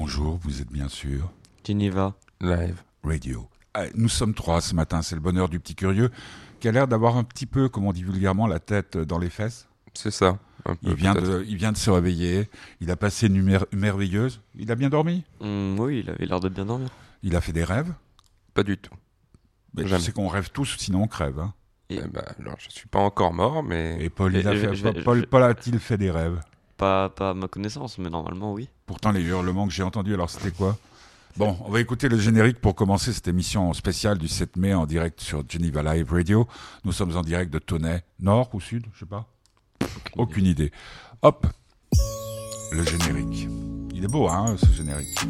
Bonjour, vous êtes bien sûr Geneva Live Radio. Nous sommes 3 ce matin, c'est le bonheur du petit curieux qui a l'air d'avoir un petit peu, comme on dit vulgairement, la tête dans les fesses. C'est ça. Un peu, Il vient de se réveiller, il a passé une nuit merveilleuse. Il a bien dormi? Oui, il avait l'air de bien dormir. Il a fait des rêves? Pas du tout. Mais tu sais qu'on rêve tous, sinon on crève. Hein. Alors, je suis pas encore mort, mais... Et Paul, Paul a-t-il fait des rêves? Pas à ma connaissance, mais normalement oui. Pourtant les hurlements que j'ai entendus, alors c'était quoi? Bon, on va écouter le générique pour commencer cette émission spéciale du 7 mai en direct sur Geneva Live Radio. Nous sommes en direct de Tonnet, nord ou sud, je sais pas. Aucune idée. Hop, le générique. Il est beau, hein, ce générique.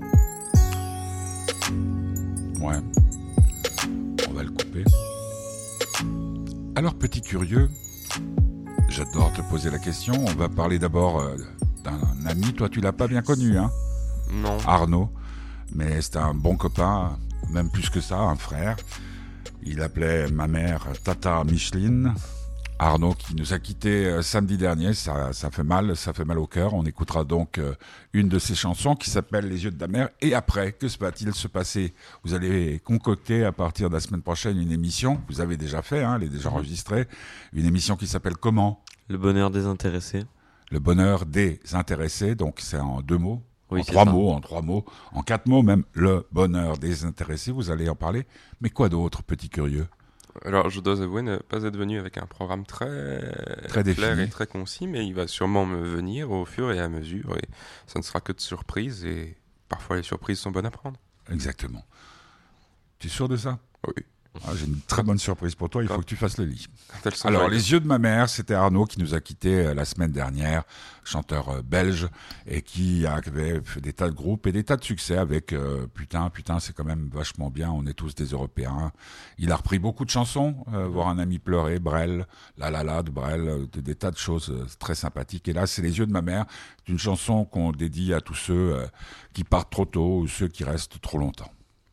Ouais, on va le couper. Alors, petit curieux, j'adore te poser la question. On va parler d'abord d'un ami. Toi, tu l'as pas bien connu, hein? Non. Arnaud. Mais c'était un bon copain, même plus que ça, un frère. Il appelait ma mère Tata Micheline. Arnaud qui nous a quittés samedi dernier, ça fait mal au cœur. On écoutera donc une de ses chansons qui s'appelle Les yeux de ta mère. Et après, que va-t-il se passer? Vous allez concocter à partir de la semaine prochaine une émission, vous avez déjà fait, hein, elle est déjà enregistrée, une émission qui s'appelle comment? Le bonheur des intéressés. Le bonheur des intéressés, donc c'est en 2 mots. Oui, en 3 mots, en 4 mots même, le bonheur des intéressés, vous allez en parler. Mais quoi d'autre, petit curieux? Alors, je dois avouer ne pas être venu avec un programme très défini clair et très concis, mais il va sûrement me venir au fur et à mesure, et ça ne sera que de surprises, et parfois les surprises sont bonnes à prendre. Exactement. Tu es sûr de ça? Oui. J'ai une très bonne surprise pour toi, il faut que tu fasses le lit. Alors, joyeuses. Les yeux de ma mère, c'était Arnaud qui nous a quittés la semaine dernière, chanteur belge, et qui avait fait des tas de groupes et des tas de succès avec Putain, c'est quand même vachement bien, on est tous des Européens. Il a repris beaucoup de chansons, Voir un ami pleurer, Brel, La de Brel, des tas de choses très sympathiques. Et là, c'est Les yeux de ma mère, c'est une chanson qu'on dédie à tous ceux qui partent trop tôt ou ceux qui restent trop longtemps.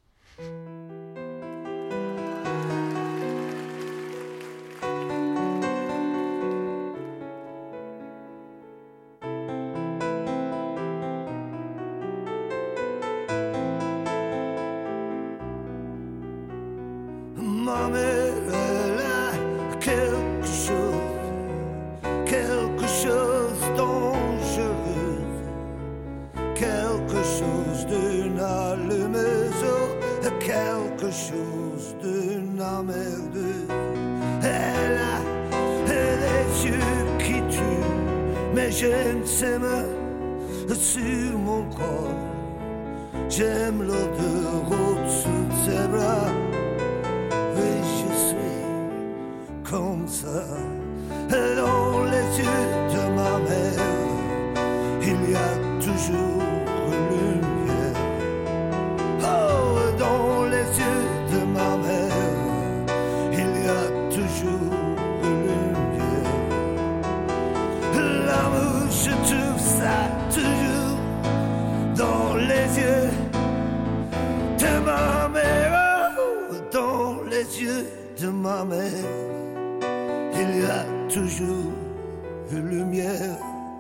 Ma mère, elle a quelque chose dangereux, quelque chose d'une allumeuse, quelque chose d'une emmerdeuse. Elle a des yeux qui tuent, mais j'aime ses mains sur mon corps. J'aime l'odeur au-dessous de ses bras. Oui, je suis comme ça. Dans les yeux de ma mère, il y a toujours lumière. Oh, dans les yeux de ma mère, il y a toujours lumière. L'amour, je trouve ça toujours dans les yeux de ma mère. Dans les yeux de ma mère, il y a toujours une lumière.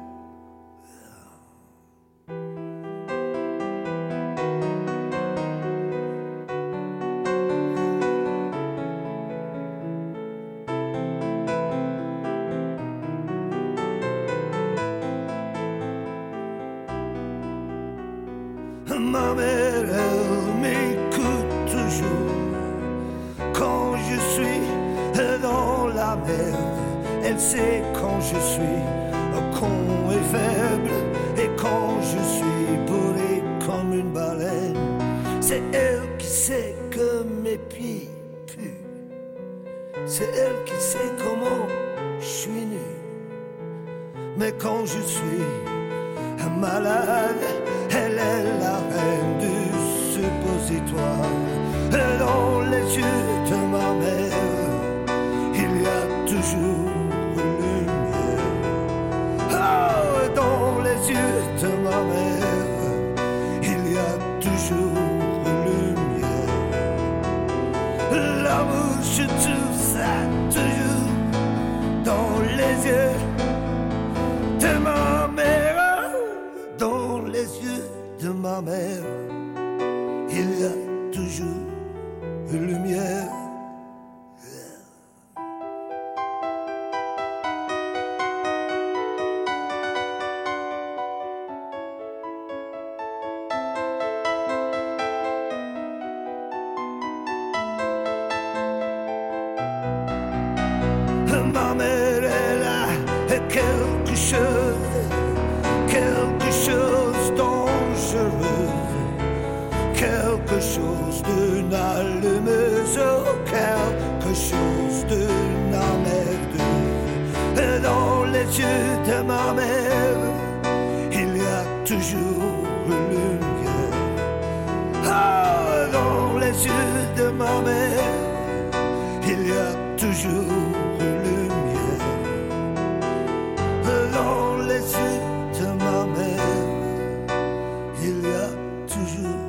Ma mère, elle m'écoute toujours. Quand je suis dans la merde, elle sait quand je suis con et faible, et quand je suis bourré comme une baleine. C'est elle qui sait que mes pieds puent. C'est elle qui sait comment je suis nu. Mais quand je suis malade, elle est la reine du suppositoire. Dans les yeux de ma mère, il y a toujours une lumière. Oh, dans les yeux de ma mère, il y a toujours une lumière. L'amour, je trouve ça toujours dans les yeux de ma mère, dans les yeux de ma mère, il y a toujours une lumière. Ma mère, elle a quelque chose dangereux, quelque chose d'une allumeuse, quelque chose d'une emmerdeuse. Dans les yeux de ma mère, il y a toujours une lumière. Ah, dans les yeux de ma mère, il y a toujours une lumière. Dans les yeux de ma mère, il y a toujours.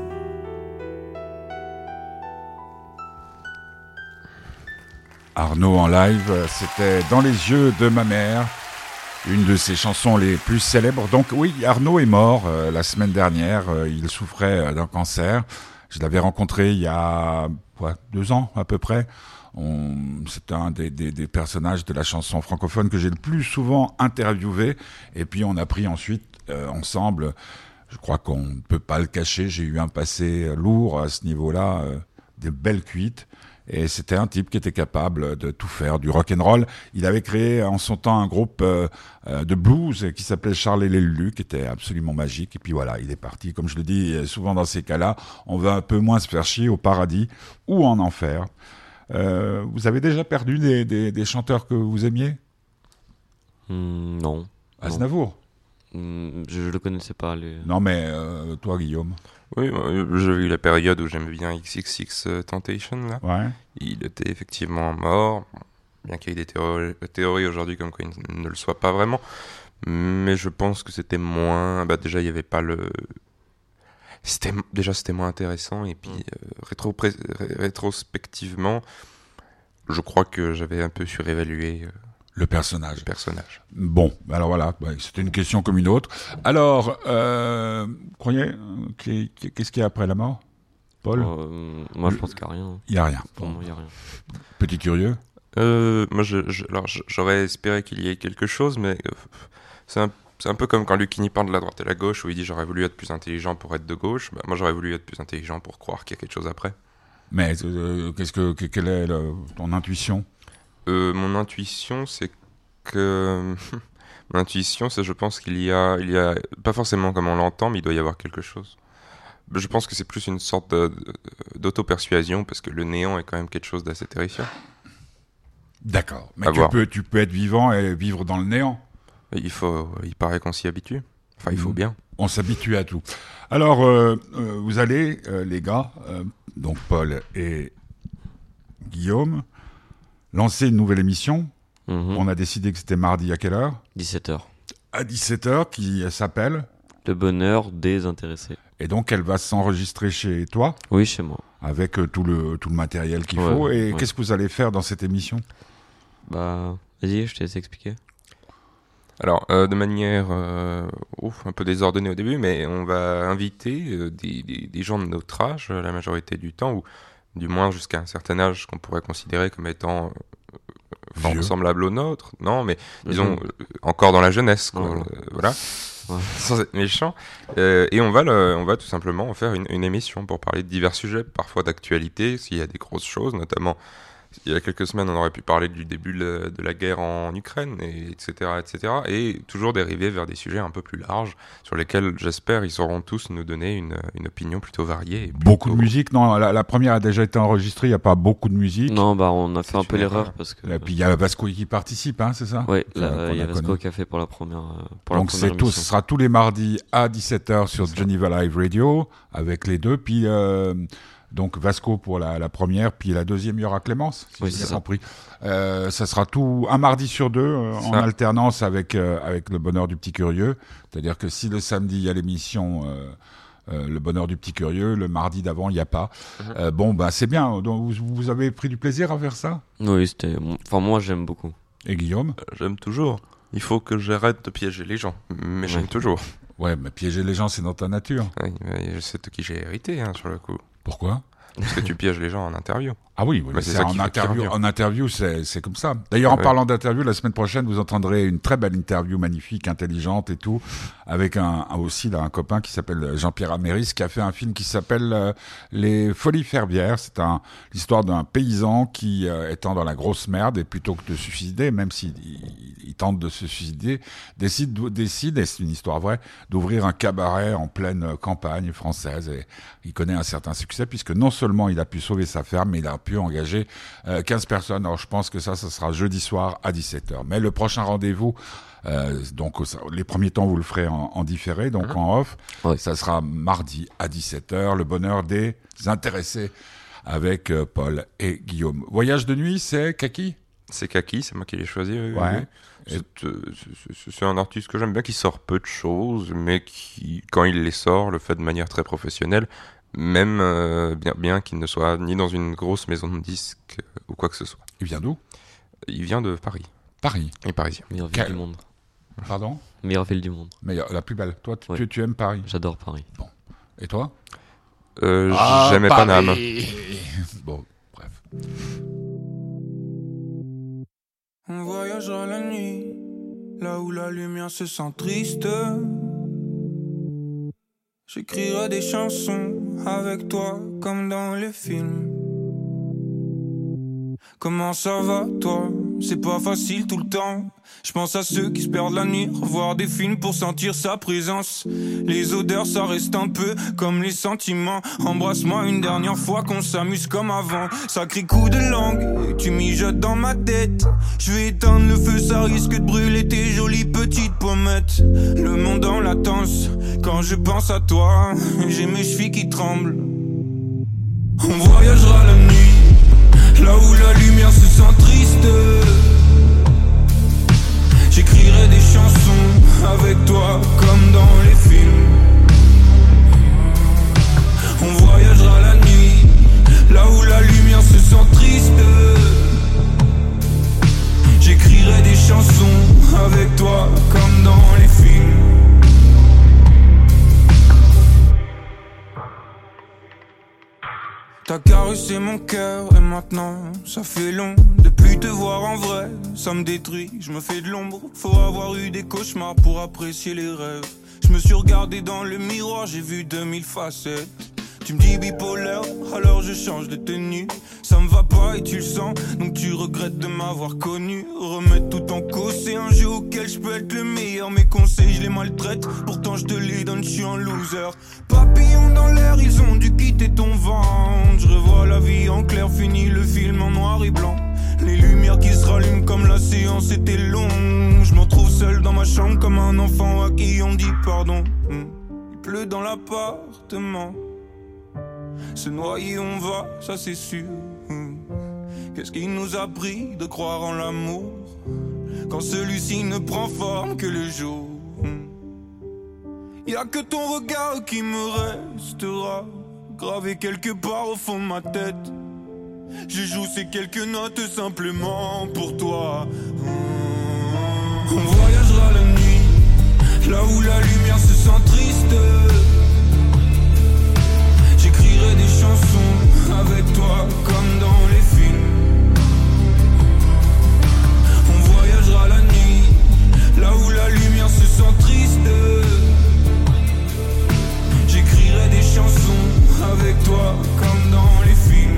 Arnaud en live, c'était Dans les yeux de ma mère, une de ses chansons les plus célèbres. Donc oui, Arnaud est mort la semaine dernière, il souffrait d'un cancer. Je l'avais rencontré il y a 2 ans à peu près. C'est un des personnages de la chanson francophone que j'ai le plus souvent interviewé. Et puis on a pris ensuite ensemble, je crois qu'on ne peut pas le cacher, j'ai eu un passé lourd à ce niveau-là, des belles cuites. Et c'était un type qui était capable de tout faire, du rock'n'roll. Il avait créé en son temps un groupe de blues qui s'appelait Charles et les Lulus, qui était absolument magique. Et puis voilà, il est parti. Comme je le dis souvent dans ces cas-là, on va un peu moins se faire chier au paradis ou en enfer. Vous avez déjà perdu des chanteurs que vous aimiez ? Non. Aznavour ? Je le connaissais pas. Non, mais toi, Guillaume ? Oui, j'ai eu la période où j'aimais bien XXX Temptation, là. Ouais. Il était effectivement mort, bien qu'il y ait des théories aujourd'hui comme quoi il ne le soit pas vraiment. Mais je pense que c'était moins... déjà, il n'y avait pas le... C'était moins intéressant. Et puis, rétrospectivement, je crois que j'avais un peu surévalué... Le personnage. Bon, alors voilà, c'était une question comme une autre. Alors, croyez, qu'est-ce qu'il y a après la mort ? Paul ? Moi, je pense qu'il n'y a rien. Il n'y a rien. Pour moi, il n'y a rien. Petit curieux ? Moi, j'aurais espéré qu'il y ait quelque chose, mais c'est un peu comme quand Lucchini parle de la droite et la gauche, où il dit « j'aurais voulu être plus intelligent pour être de gauche ». Moi, j'aurais voulu être plus intelligent pour croire qu'il y a quelque chose après. Mais quelle est ton intuition ? Mon intuition, c'est que... Mon intuition, c'est je pense qu'il y a... Pas forcément comme on l'entend, mais il doit y avoir quelque chose. Je pense que c'est plus une sorte d'auto-persuasion, parce que le néant est quand même quelque chose d'assez terrifiant. D'accord. Mais tu peux être vivant et vivre dans le néant. Il paraît qu'on s'y habitue. Enfin, il faut bien. On s'habitue à tout. Alors, vous allez, les gars, donc Paul et Guillaume, lancer une nouvelle émission. On a décidé que c'était mardi à quelle heure ? 17h. À 17h, qui s'appelle ? Le bonheur des intéressés. Et donc, elle va s'enregistrer chez toi ? Oui, chez moi. Avec tout le matériel qu'il faut. Et qu'est-ce que vous allez faire dans cette émission ? Vas-y, je te laisse expliquer. Alors, de manière un peu désordonnée au début, mais on va inviter des gens de notre âge, la majorité du temps, ou du moins jusqu'à un certain âge qu'on pourrait considérer comme étant semblable au nôtre. Non, mais disons, encore dans la jeunesse, quoi. Voilà. Ouais. Sans être méchant. Et on va tout simplement en faire une émission pour parler de divers sujets, parfois d'actualité, s'il y a des grosses choses, notamment... Il y a quelques semaines, on aurait pu parler du début de la guerre en Ukraine, etc., et toujours dériver vers des sujets un peu plus larges, sur lesquels, j'espère, ils sauront tous nous donner une opinion plutôt variée. Beaucoup de musique ? Non, la première a déjà été enregistrée, il n'y a pas beaucoup de musique. Non, on a fait un peu l'erreur, parce que... Et puis il y a Vasco qui participe, hein, c'est ça ? Oui, il y a Vasco qui a fait pour la première Donc ce sera tous les mardis à 17h sur Geneva Live Radio, avec les deux, puis... Donc Vasco pour la première, puis la deuxième, il y aura Clémence, si j'ai bien compris. Ça sera tout un mardi sur deux, en alternance avec le bonheur du petit curieux. C'est-à-dire que si le samedi, il y a l'émission le bonheur du petit curieux, le mardi d'avant, il n'y a pas. C'est bien. Donc, vous avez pris du plaisir à faire ça ? Oui, moi, j'aime beaucoup. Et Guillaume ? J'aime toujours. Il faut que j'arrête de piéger les gens, mais j'aime toujours. Ouais, mais piéger les gens, c'est dans ta nature. Oui, mais c'est de qui j'ai hérité, sur le coup. Pourquoi ? Parce que tu pièges les gens en interview. Ah oui, mais c'est ça en interview. En interview, c'est comme ça. D'ailleurs, en parlant d'interview, la semaine prochaine, vous entendrez une très belle interview, magnifique, intelligente et tout, avec aussi un copain qui s'appelle Jean-Pierre Améris, qui a fait un film qui s'appelle Les Folies Ferbières. C'est l'histoire d'un paysan qui, étant dans la grosse merde, et plutôt que de se suicider, même s'il tente de se suicider, décide, et c'est une histoire vraie, d'ouvrir un cabaret en pleine campagne française. Et il connaît un certain succès, puisque non seulement il a pu sauver sa ferme, mais il a pu engager 15 personnes. Alors je pense que ça sera jeudi soir à 17h. Mais le prochain rendez-vous, donc les premiers temps vous le ferez en différé, donc en off, ça sera mardi à 17h, le bonheur des intéressés avec Paul et Guillaume. Voyage de nuit, c'est Kaki ? C'est Kaki, c'est moi qui l'ai choisi. Ouais. C'est un artiste que j'aime bien, qui sort peu de choses, mais qui, quand il les sort, le fait de manière très professionnelle. Même bien qu'il ne soit ni dans une grosse maison de disques ou quoi que ce soit. Il vient d'où ? Il vient de Paris. Paris. Et parisien. Meilleure ville du monde. Pardon ? Meilleure ville du monde. La plus belle. Toi, tu aimes Paris ? J'adore Paris. Bon. Et toi ? J'aimais Paname. Bon, bref. On voyagera la nuit, là où la lumière se sent triste. J'écrirai des chansons avec toi comme dans les films. Comment ça va toi ? C'est pas facile tout le temps. Je pense à ceux qui se perdent la nuit, revoir des films pour sentir sa présence. Les odeurs ça reste un peu comme les sentiments. Embrasse-moi une dernière fois qu'on s'amuse comme avant. Sacré coup de langue, et tu mijotes dans ma tête. Je vais éteindre le feu, ça risque de brûler tes jolies petites pommettes. Le monde en latence, quand je pense à toi, j'ai mes chevilles qui tremblent. On voyagera la nuit, là où la lumière se sent triste. J'écrirai des chansons avec toi comme dans les films. On voyagera la nuit, là où la lumière se sent triste. J'écrirai des chansons avec toi comme dans les films. T'as caressé mon cœur et maintenant ça fait long de plus te voir en vrai. Ça me détruit, je me fais de l'ombre. Faut avoir eu des cauchemars pour apprécier les rêves. Je me suis regardé dans le miroir, j'ai vu 2000 facettes. Tu me dis bipolaire, alors je change de tenue. Ça me va pas et tu le sens, donc tu regrettes de m'avoir connu. Remettre tout en cause, c'est un jeu auquel je peux être le meilleur. Mes conseils, je les maltraite, pourtant je te les donne, je suis un loser. Papillons dans l'air, ils ont dû quitter ton ventre. Je revois la vie en clair, fini le film en noir et blanc. Les lumières qui se rallument comme la séance était longue. Je me retrouve seul dans ma chambre comme un enfant à qui on dit pardon. Il pleut dans l'appartement. Se noyer on va, ça c'est sûr. Qu'est-ce qui nous a pris de croire en l'amour quand celui-ci ne prend forme que le jour? Y'a que ton regard qui me restera gravé quelque part au fond de ma tête. Je joue ces quelques notes simplement pour toi. On voyagera la nuit, là où la lumière se sent triste. J'écrirai des chansons avec toi comme dans les films. On voyagera la nuit, là où la lumière se sent triste. J'écrirai des chansons avec toi comme dans les films.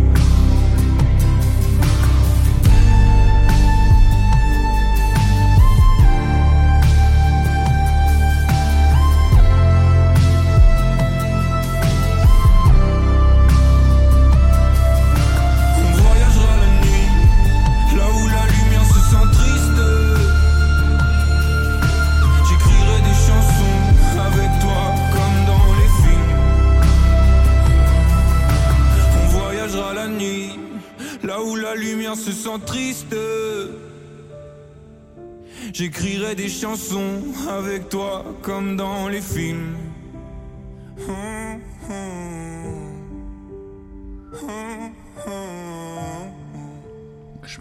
Se sent triste. J'écrirai des chansons avec toi comme dans les films. Je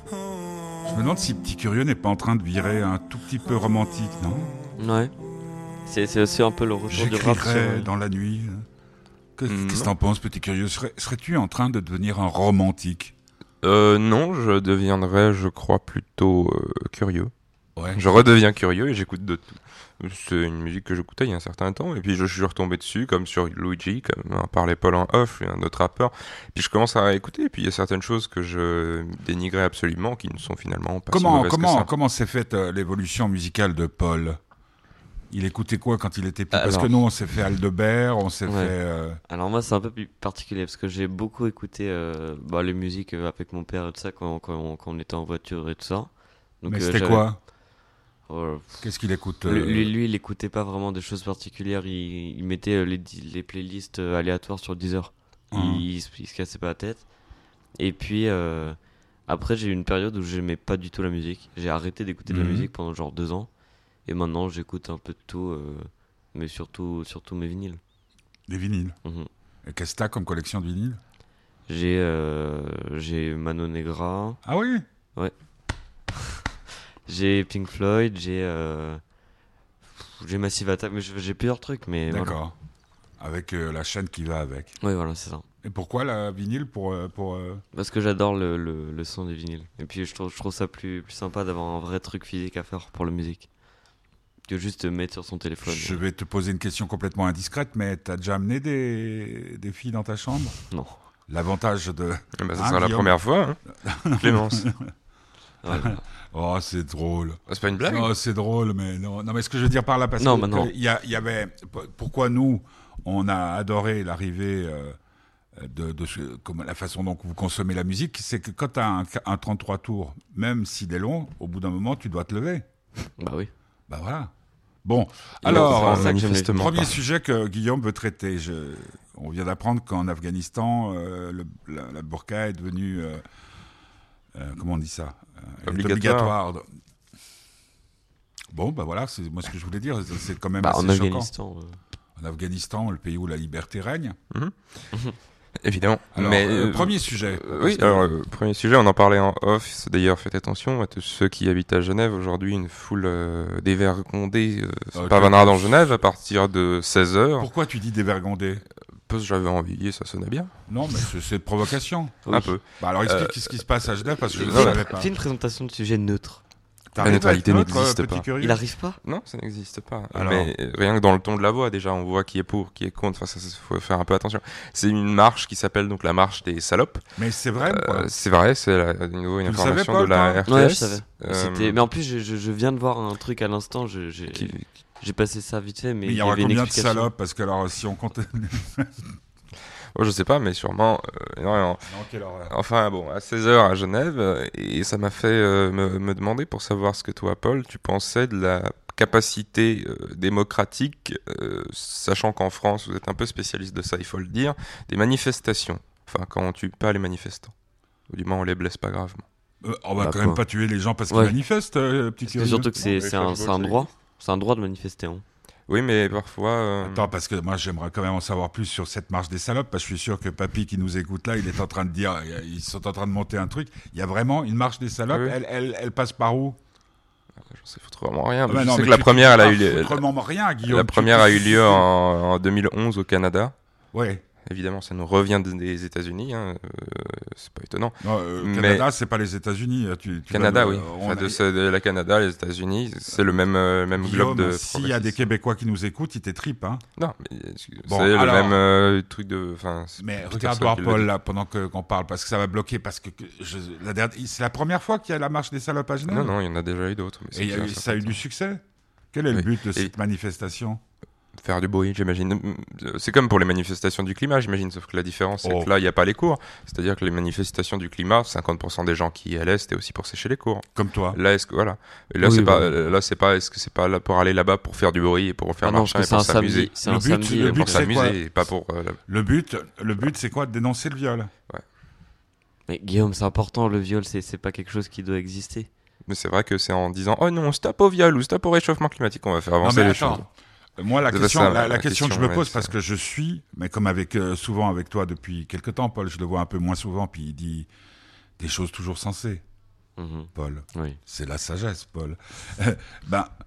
me demande si Petit Curieux n'est pas en train de virer un tout petit peu romantique, non ? Ouais. C'est aussi un peu le retour du rap. J'écrirais dans la nuit. Qu'est-ce que t'en penses, petit curieux? Serais-tu en train de devenir un romantique? Non, je deviendrais, je crois, plutôt curieux. Ouais. Je redeviens curieux et j'écoute de tout. C'est une musique que j'écoutais il y a un certain temps et puis je suis retombé dessus comme sur Luigi, comme parlait Paul en off, et un autre rappeur. Puis je commence à écouter et puis il y a certaines choses que je dénigrais absolument qui ne sont finalement pas si mauvaises que ça. Comment s'est faite l'évolution musicale de Paul? Il écoutait quoi quand il était petit? Parce que nous, on s'est fait Aldebert, on s'est fait... Alors moi, c'est un peu plus particulier, parce que j'ai beaucoup écouté les musiques avec mon père et tout ça, quand on était en voiture et tout ça. Donc, mais c'était quoi? Qu'est-ce qu'il écoute lui, il écoutait pas vraiment des choses particulières, il mettait les playlists aléatoires sur Deezer. Il se cassait pas la tête. Et puis, après, j'ai eu une période où j'aimais pas du tout la musique. J'ai arrêté d'écouter de la musique pendant genre 2 ans. Et maintenant, j'écoute un peu de tout, mais surtout mes vinyles. Des vinyles. Et qu'est-ce que t'as comme collection de vinyles? J'ai Mano Negra. Ah oui? Ouais. J'ai Pink Floyd, j'ai Massive Attack, mais j'ai plusieurs trucs, mais d'accord. Voilà. Avec la chaîne qui va avec. Oui, voilà, c'est ça. Et pourquoi la vinyle pour Parce que j'adore le son des vinyles. Et puis je trouve ça plus sympa d'avoir un vrai truc physique à faire pour la musique que juste mettre sur son téléphone. Je vais te poser une question complètement indiscrète, mais t'as déjà amené des filles dans ta chambre? Non. L'avantage de... ça sera la première fois, hein. Clémence. Voilà. Oh, c'est drôle. C'est pas une blague? Non, c'est drôle, mais non, mais ce que je veux dire par là, parce que il y avait... Pourquoi nous, on a adoré l'arrivée comme la façon dont vous consommez la musique, c'est que quand t'as un 33 tours, même s'il est long, au bout d'un moment, tu dois te lever. Bah oui. Bah voilà. Bon, alors, premier sujet que Guillaume veut traiter. On vient d'apprendre qu'en Afghanistan, la burqa est devenue... comment on dit ça? Obligatoire. Bon, bah voilà, c'est moi ce que je voulais dire. C'est quand même assez en Afghanistan, choquant. En Afghanistan, le pays où la liberté règne. Évidemment. Alors, mais premier sujet. Premier sujet, on en parlait en off. D'ailleurs, faites attention à tous ceux qui habitent à Genève. Aujourd'hui, une foule dévergondée parviendra dans Genève à partir de 16h. Pourquoi tu dis dévergondée? Parce que j'avais envie et ça sonnait bien. Non, mais c'est de provocation. Un peu. Bah alors explique ce qui se passe à Genève parce que je ne savais pas. Fais une présentation de sujet neutre. La neutralité n'existe pas. Il n'arrive pas? Non, ça n'existe pas. Alors... Mais rien que dans le ton de la voix, déjà, on voit qui est pour, qui est contre. Enfin, ça faut faire un peu attention. C'est une marche qui s'appelle donc la marche des salopes. Mais c'est vrai quoi. C'est vrai, c'est de nouveau une information savais, Paul, de la RTS. Ouais, je savais. Mais en plus, je viens de voir un truc à l'instant. J'ai passé ça vite fait, mais il y aura combien de salopes? Parce que alors, si on compte... je sais pas, mais sûrement énormément. Enfin bon, à 16h à Genève, et ça m'a fait me demander, pour savoir ce que toi, Paul, tu pensais de la capacité démocratique, sachant qu'en France, vous êtes un peu spécialiste de ça, il faut le dire, des manifestations. Enfin, quand on tue pas les manifestants. Ou du moins, on les blesse pas gravement. On va quand même pas tuer les gens parce qu'ils manifestent, petit curieux. Surtout que c'est un droit. C'est un droit de manifester. Hein. Oui, mais parfois... Attends, parce que moi, j'aimerais quand même en savoir plus sur cette marche des salopes, parce que je suis sûr que Papy qui nous écoute là, il est en train de dire, ils sont en train de monter un truc. Il y a vraiment une marche des salopes, oui. Elle passe par où? Je sais vraiment rien. Je sais que la première, elle a eu lieu... rien, Guillaume. La première a eu lieu en 2011 au Canada. Ouais. Évidemment, ça nous revient des États-Unis, c'est pas étonnant. Non, Canada, c'est pas les États-Unis. Canada, oui. De la Canada, les États-Unis, c'est le même Guillaume, globe de. S'il y a des Québécois qui nous écoutent, ils t'étrippent, hein. Non, mais c'est le même truc de. Mais regarde voir Paul là pendant qu'on parle, parce que ça va bloquer, parce que c'est la première fois qu'il y a la marche des salopes à Genève. Non, il y en a déjà eu d'autres. Et ça a eu du succès. Quel est le but de cette manifestation? Faire du bruit, j'imagine. C'est comme pour les manifestations du climat, j'imagine, sauf que la différence, c'est que là, il n'y a pas les cours. C'est-à-dire que les manifestations du climat, 50% des gens qui y allaient, c'était aussi pour sécher les cours. Comme toi. Là, est-ce que, voilà. Et là, est-ce que c'est pas là pour aller là-bas pour faire du bruit et pour faire marcher et pour s'amuser? C'est un samedi. Le but, pour s'amuser et pas pour... Le but, c'est quoi? De dénoncer le viol. Ouais. Mais Guillaume, c'est important, le viol, c'est pas quelque chose qui doit exister. Mais c'est vrai que c'est en disant « Oh non, stop au viol » ou « Stop au réchauffement climatique », on va faire avancer les choses. Moi, la question que je me pose, parce que je suis, mais comme souvent avec toi depuis quelque temps, Paul, je le vois un peu moins souvent, puis il dit des choses toujours sensées. Paul, oui. C'est la sagesse, Paul.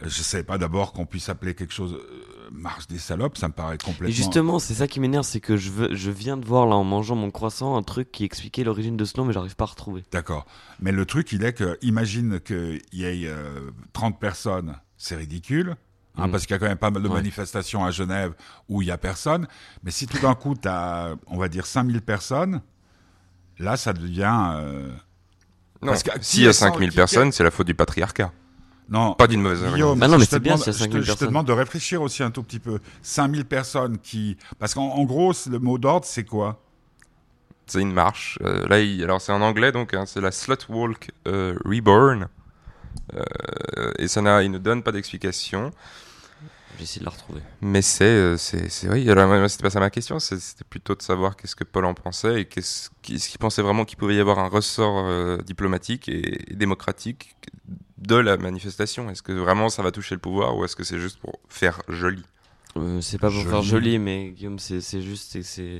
Je savais pas d'abord qu'on puisse appeler quelque chose marche des salopes, ça me paraît complètement... Et justement, c'est ça qui m'énerve, c'est que je viens de voir là en mangeant mon croissant un truc qui expliquait l'origine de ce nom, mais j'arrive pas à retrouver. D'accord. Mais le truc, il est que, imagine qu'il y ait 30 personnes, c'est ridicule, parce qu'il y a quand même pas mal de manifestations à Genève où il y a personne. Mais si tout d'un coup, tu as, on va dire, 5000 personnes, là, ça devient... Non, s'il y a 5000 personnes, c'est la faute du patriarcat. Non, pas d'une mauvaise Guillaume, non, mais c'est bien s'il y a 5000 personnes. Je te demande de réfléchir aussi un tout petit peu. 5000 personnes qui... Parce qu'en gros, le mot d'ordre, c'est quoi ? C'est une marche. Alors c'est en anglais, donc c'est la Slut Walk Reborn. Et il ne donne pas d'explication. J'essaie de la retrouver. Mais oui, alors moi, c'était pas ça ma question, c'était plutôt de savoir qu'est-ce que Paul en pensait et qu'est-ce qu'il pensait vraiment qu'il pouvait y avoir un ressort diplomatique et démocratique de la manifestation. Est-ce que vraiment ça va toucher le pouvoir ou est-ce que c'est juste pour faire joli ? C'est pas pour faire joli, mais Guillaume, c'est juste...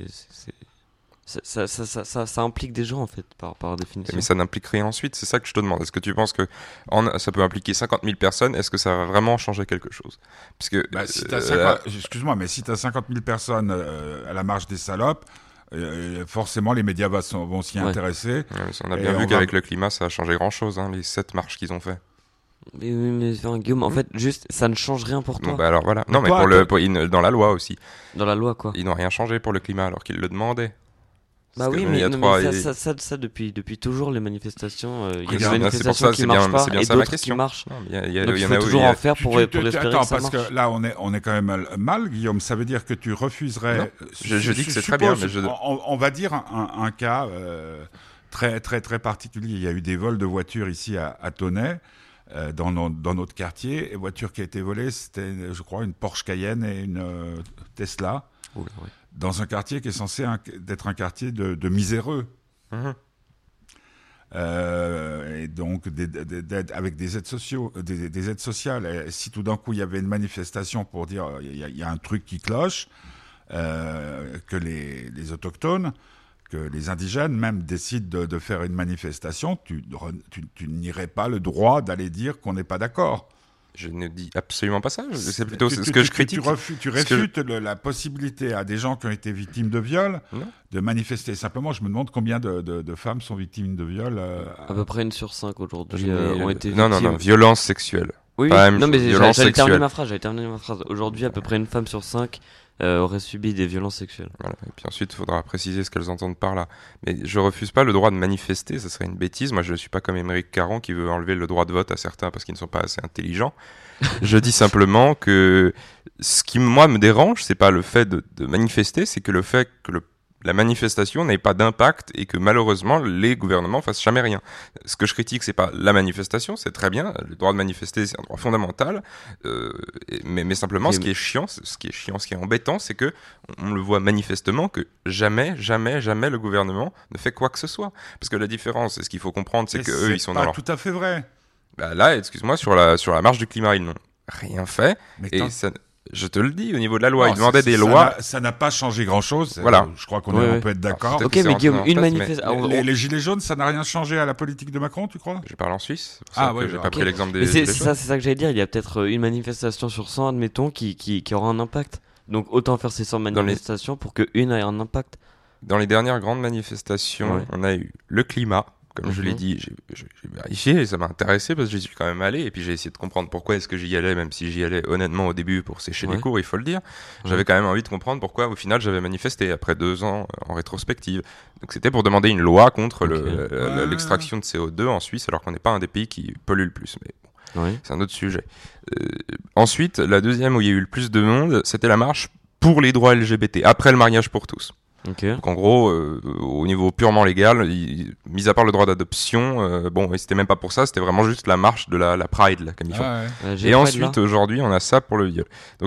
Ça implique des gens en fait, par définition. Mais ça n'implique rien ensuite, c'est ça que je te demande. Est-ce que tu penses que ça peut impliquer 50 000 personnes ? Est-ce que ça va vraiment changer quelque chose ? Parce que, excuse-moi, mais si tu as 50 000 personnes à la marche des salopes, forcément les médias vont s'y intéresser. Ouais, on a bien vu qu'avec le climat, ça a changé grand-chose, les 7 marches qu'ils ont fait. Mais Guillaume, en fait, juste, ça ne change rien pour toi. Bon, alors voilà. Non, mais dans la loi aussi. Dans la loi, quoi. Ils n'ont rien changé pour le climat alors qu'ils le demandaient. Bah oui, mais ça depuis toujours, les manifestations, il y a des manifestations qui marchent pas et d'autres qui marchent. Donc il faut toujours en faire pour espérer que ça marche. Parce que là, on est quand même mal, Guillaume. Ça veut dire que tu refuserais... Je dis que c'est très bien, mais on va dire un cas très, très, très particulier. Il y a eu des vols de voitures ici à Tonnay, dans notre quartier. Et voiture qui a été volée, c'était, je crois, une Porsche Cayenne et une Tesla. Oui. Dans un quartier qui est censé être un quartier de miséreux. Et donc avec des aides sociales. Et si tout d'un coup il y avait une manifestation pour dire il y a un truc qui cloche, que les autochtones, que les indigènes même décident de faire une manifestation, tu n'irais pas le droit d'aller dire qu'on n'est pas d'accord. Je ne dis absolument pas ça. C'est plutôt ce que je critique. Tu réfutes la possibilité à des gens qui ont été victimes de viol de manifester. Simplement, je me demande combien de femmes sont victimes de viol. À peu près 1 sur 5 aujourd'hui ont été victimes. Non, violence sexuelle. Oui, non, mais j'allais terminer ma phrase. Aujourd'hui, à peu près 1 femme sur 5 aurait subi des violences sexuelles. Voilà. Et puis ensuite, il faudra préciser ce qu'elles entendent par là. Mais je refuse pas le droit de manifester, ça serait une bêtise. Moi, je ne suis pas comme Émeric Caron qui veut enlever le droit de vote à certains parce qu'ils ne sont pas assez intelligents. Je dis simplement que ce qui, moi, me dérange, c'est pas le fait de manifester, c'est que le fait que la manifestation n'ait pas d'impact et que malheureusement les gouvernements fassent jamais rien. Ce que je critique, c'est pas la manifestation, c'est très bien, le droit de manifester c'est un droit fondamental, mais simplement ce qui est chiant, ce qui est embêtant, c'est que on le voit manifestement que jamais le gouvernement ne fait quoi que ce soit. Parce que la différence, et ce qu'il faut comprendre, c'est que eux ils sont dans leur... C'est pas tout à fait vrai. Bah là, excuse-moi, sur la marche du climat, ils n'ont rien fait. Et ça... Je te le dis, au niveau de la loi, ils demandaient des lois. Ça n'a pas changé grand-chose. Voilà. Je crois qu'on peut être d'accord. Ok, mais Guillaume, une manifestation. Les gilets jaunes, ça n'a rien changé à la politique de Macron, tu crois ? Je parle en Suisse. C'est pour ça que j'ai pas pris l'exemple des gilets jaunes. C'est ça que j'allais dire. Il y a peut-être une manifestation sur 100, admettons, qui aura un impact. Donc autant faire ces 100 manifestations pour qu'une ait un impact. Dans les dernières grandes manifestations, on a eu le climat. Comme je l'ai dit, j'ai vérifié et ça m'a intéressé parce que j'y suis quand même allé et puis j'ai essayé de comprendre pourquoi est-ce que j'y allais, même si j'y allais honnêtement au début pour sécher les cours, il faut le dire. J'avais quand même envie de comprendre pourquoi au final j'avais manifesté après 2 ans en rétrospective. Donc c'était pour demander une loi contre l'extraction de CO2 en Suisse alors qu'on n'est pas un des pays qui pollue le plus. Mais bon, c'est un autre sujet. Ensuite, la deuxième où il y a eu le plus de monde, c'était la marche pour les droits LGBT, après le mariage pour tous. Donc en gros, au niveau purement légal, mis à part le droit d'adoption, et c'était même pas pour ça, c'était vraiment juste la marche de la Pride, la Camille. Et ensuite, aujourd'hui, on a ça pour le viol. Donc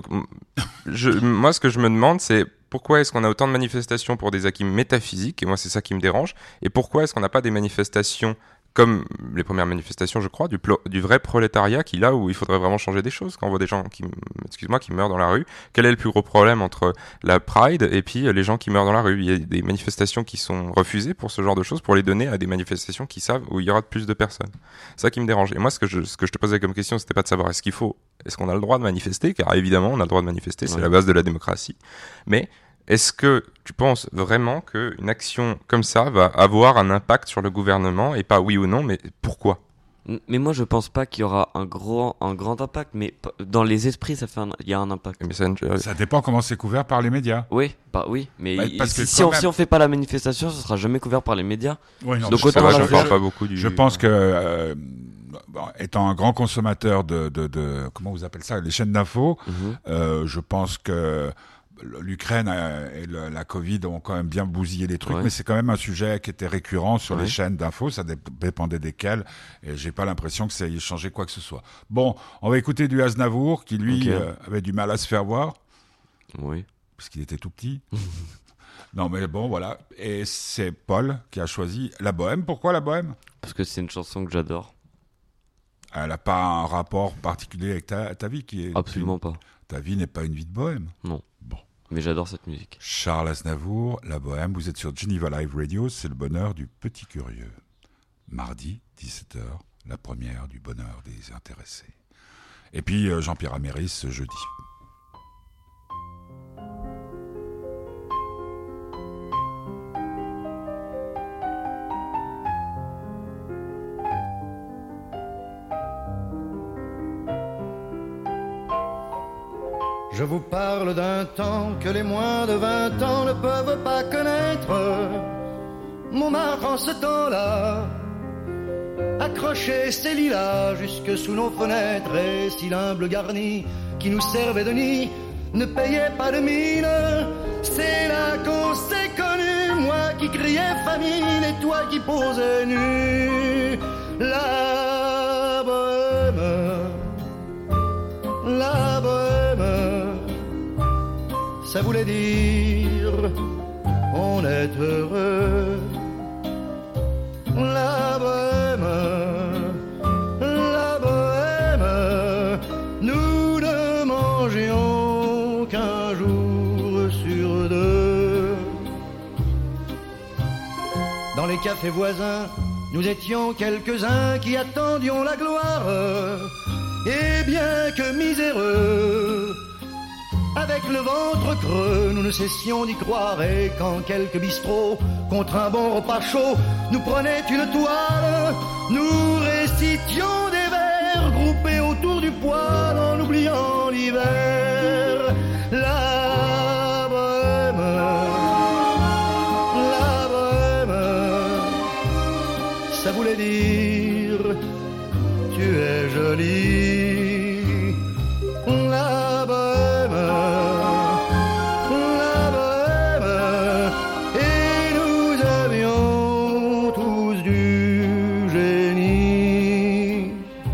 moi, ce que je me demande, c'est pourquoi est-ce qu'on a autant de manifestations pour des acquis métaphysiques, et moi c'est ça qui me dérange, et pourquoi est-ce qu'on n'a pas des manifestations comme les premières manifestations, je crois, du vrai prolétariat, qui là où il faudrait vraiment changer des choses. Quand on voit des gens qui meurent dans la rue, quel est le plus gros problème entre la Pride et puis les gens qui meurent dans la rue? Il y a des manifestations qui sont refusées pour ce genre de choses, pour les donner à des manifestations qui savent où il y aura plus de personnes. C'est ça qui me dérange. Et moi, ce que je te posais comme question, c'était pas de savoir est-ce qu'on a le droit de manifester, car évidemment, on a le droit de manifester, c'est la base de la démocratie. Mais est-ce que tu penses vraiment qu'une action comme ça va avoir un impact sur le gouvernement, et pas oui ou non, mais pourquoi? Mais moi, je pense pas qu'il y aura un grand impact, mais dans les esprits, il y a un impact. Ça dépend comment c'est couvert par les médias. Oui, mais parce que si on fait pas la manifestation, ce sera jamais couvert par les médias. Oui, non, donc c'est vrai, je parle pas beaucoup du... Je pense que étant un grand consommateur de comment vous appelez ça, les chaînes d'infos, je pense que l'Ukraine et la Covid ont quand même bien bousillé les trucs, mais c'est quand même un sujet qui était récurrent sur les chaînes d'infos, ça dépendait desquelles, et j'ai pas l'impression que ça ait changé quoi que ce soit. Bon, on va écouter du Aznavour, qui lui avait du mal à se faire voir. Oui. Parce qu'il était tout petit. Non mais bon, voilà. Et c'est Paul qui a choisi La Bohème. Pourquoi La Bohème? Parce que c'est une chanson que j'adore. Elle n'a pas un rapport particulier avec ta vie qui est... Absolument pas. Ta vie n'est pas une vie de bohème. Non. Bon. Mais j'adore cette musique. Charles Aznavour, La Bohème, vous êtes sur Geneva Live Radio, c'est le bonheur du petit curieux. Mardi, 17h, la première du bonheur des intéressés. Et puis Jean-Pierre Améris ce jeudi. Je vous parle d'un temps que les moins de 20 ans ne peuvent pas connaître. Montmartre en ce temps-là accrochait ses lilas jusque sous nos fenêtres, et si l'humble garni qui nous servait de nid ne payait pas de mine, c'est là qu'on s'est connus, moi qui criais famine et toi qui posais nu. La bohème, la bohème, ça voulait dire on est heureux. La bohème, nous ne mangions qu'un jour sur deux. Dans les cafés voisins, nous étions quelques-uns qui attendions la gloire. Et bien que miséreux, avec le ventre creux, nous ne cessions d'y croire. Et quand quelques bistrots, contre un bon repas chaud, nous prenaient une toile, nous récitions des vers groupés autour du poêle en oubliant l'hiver. La bohème, ça voulait dire tu es jolie. La bohème, et nous avions tous du génie.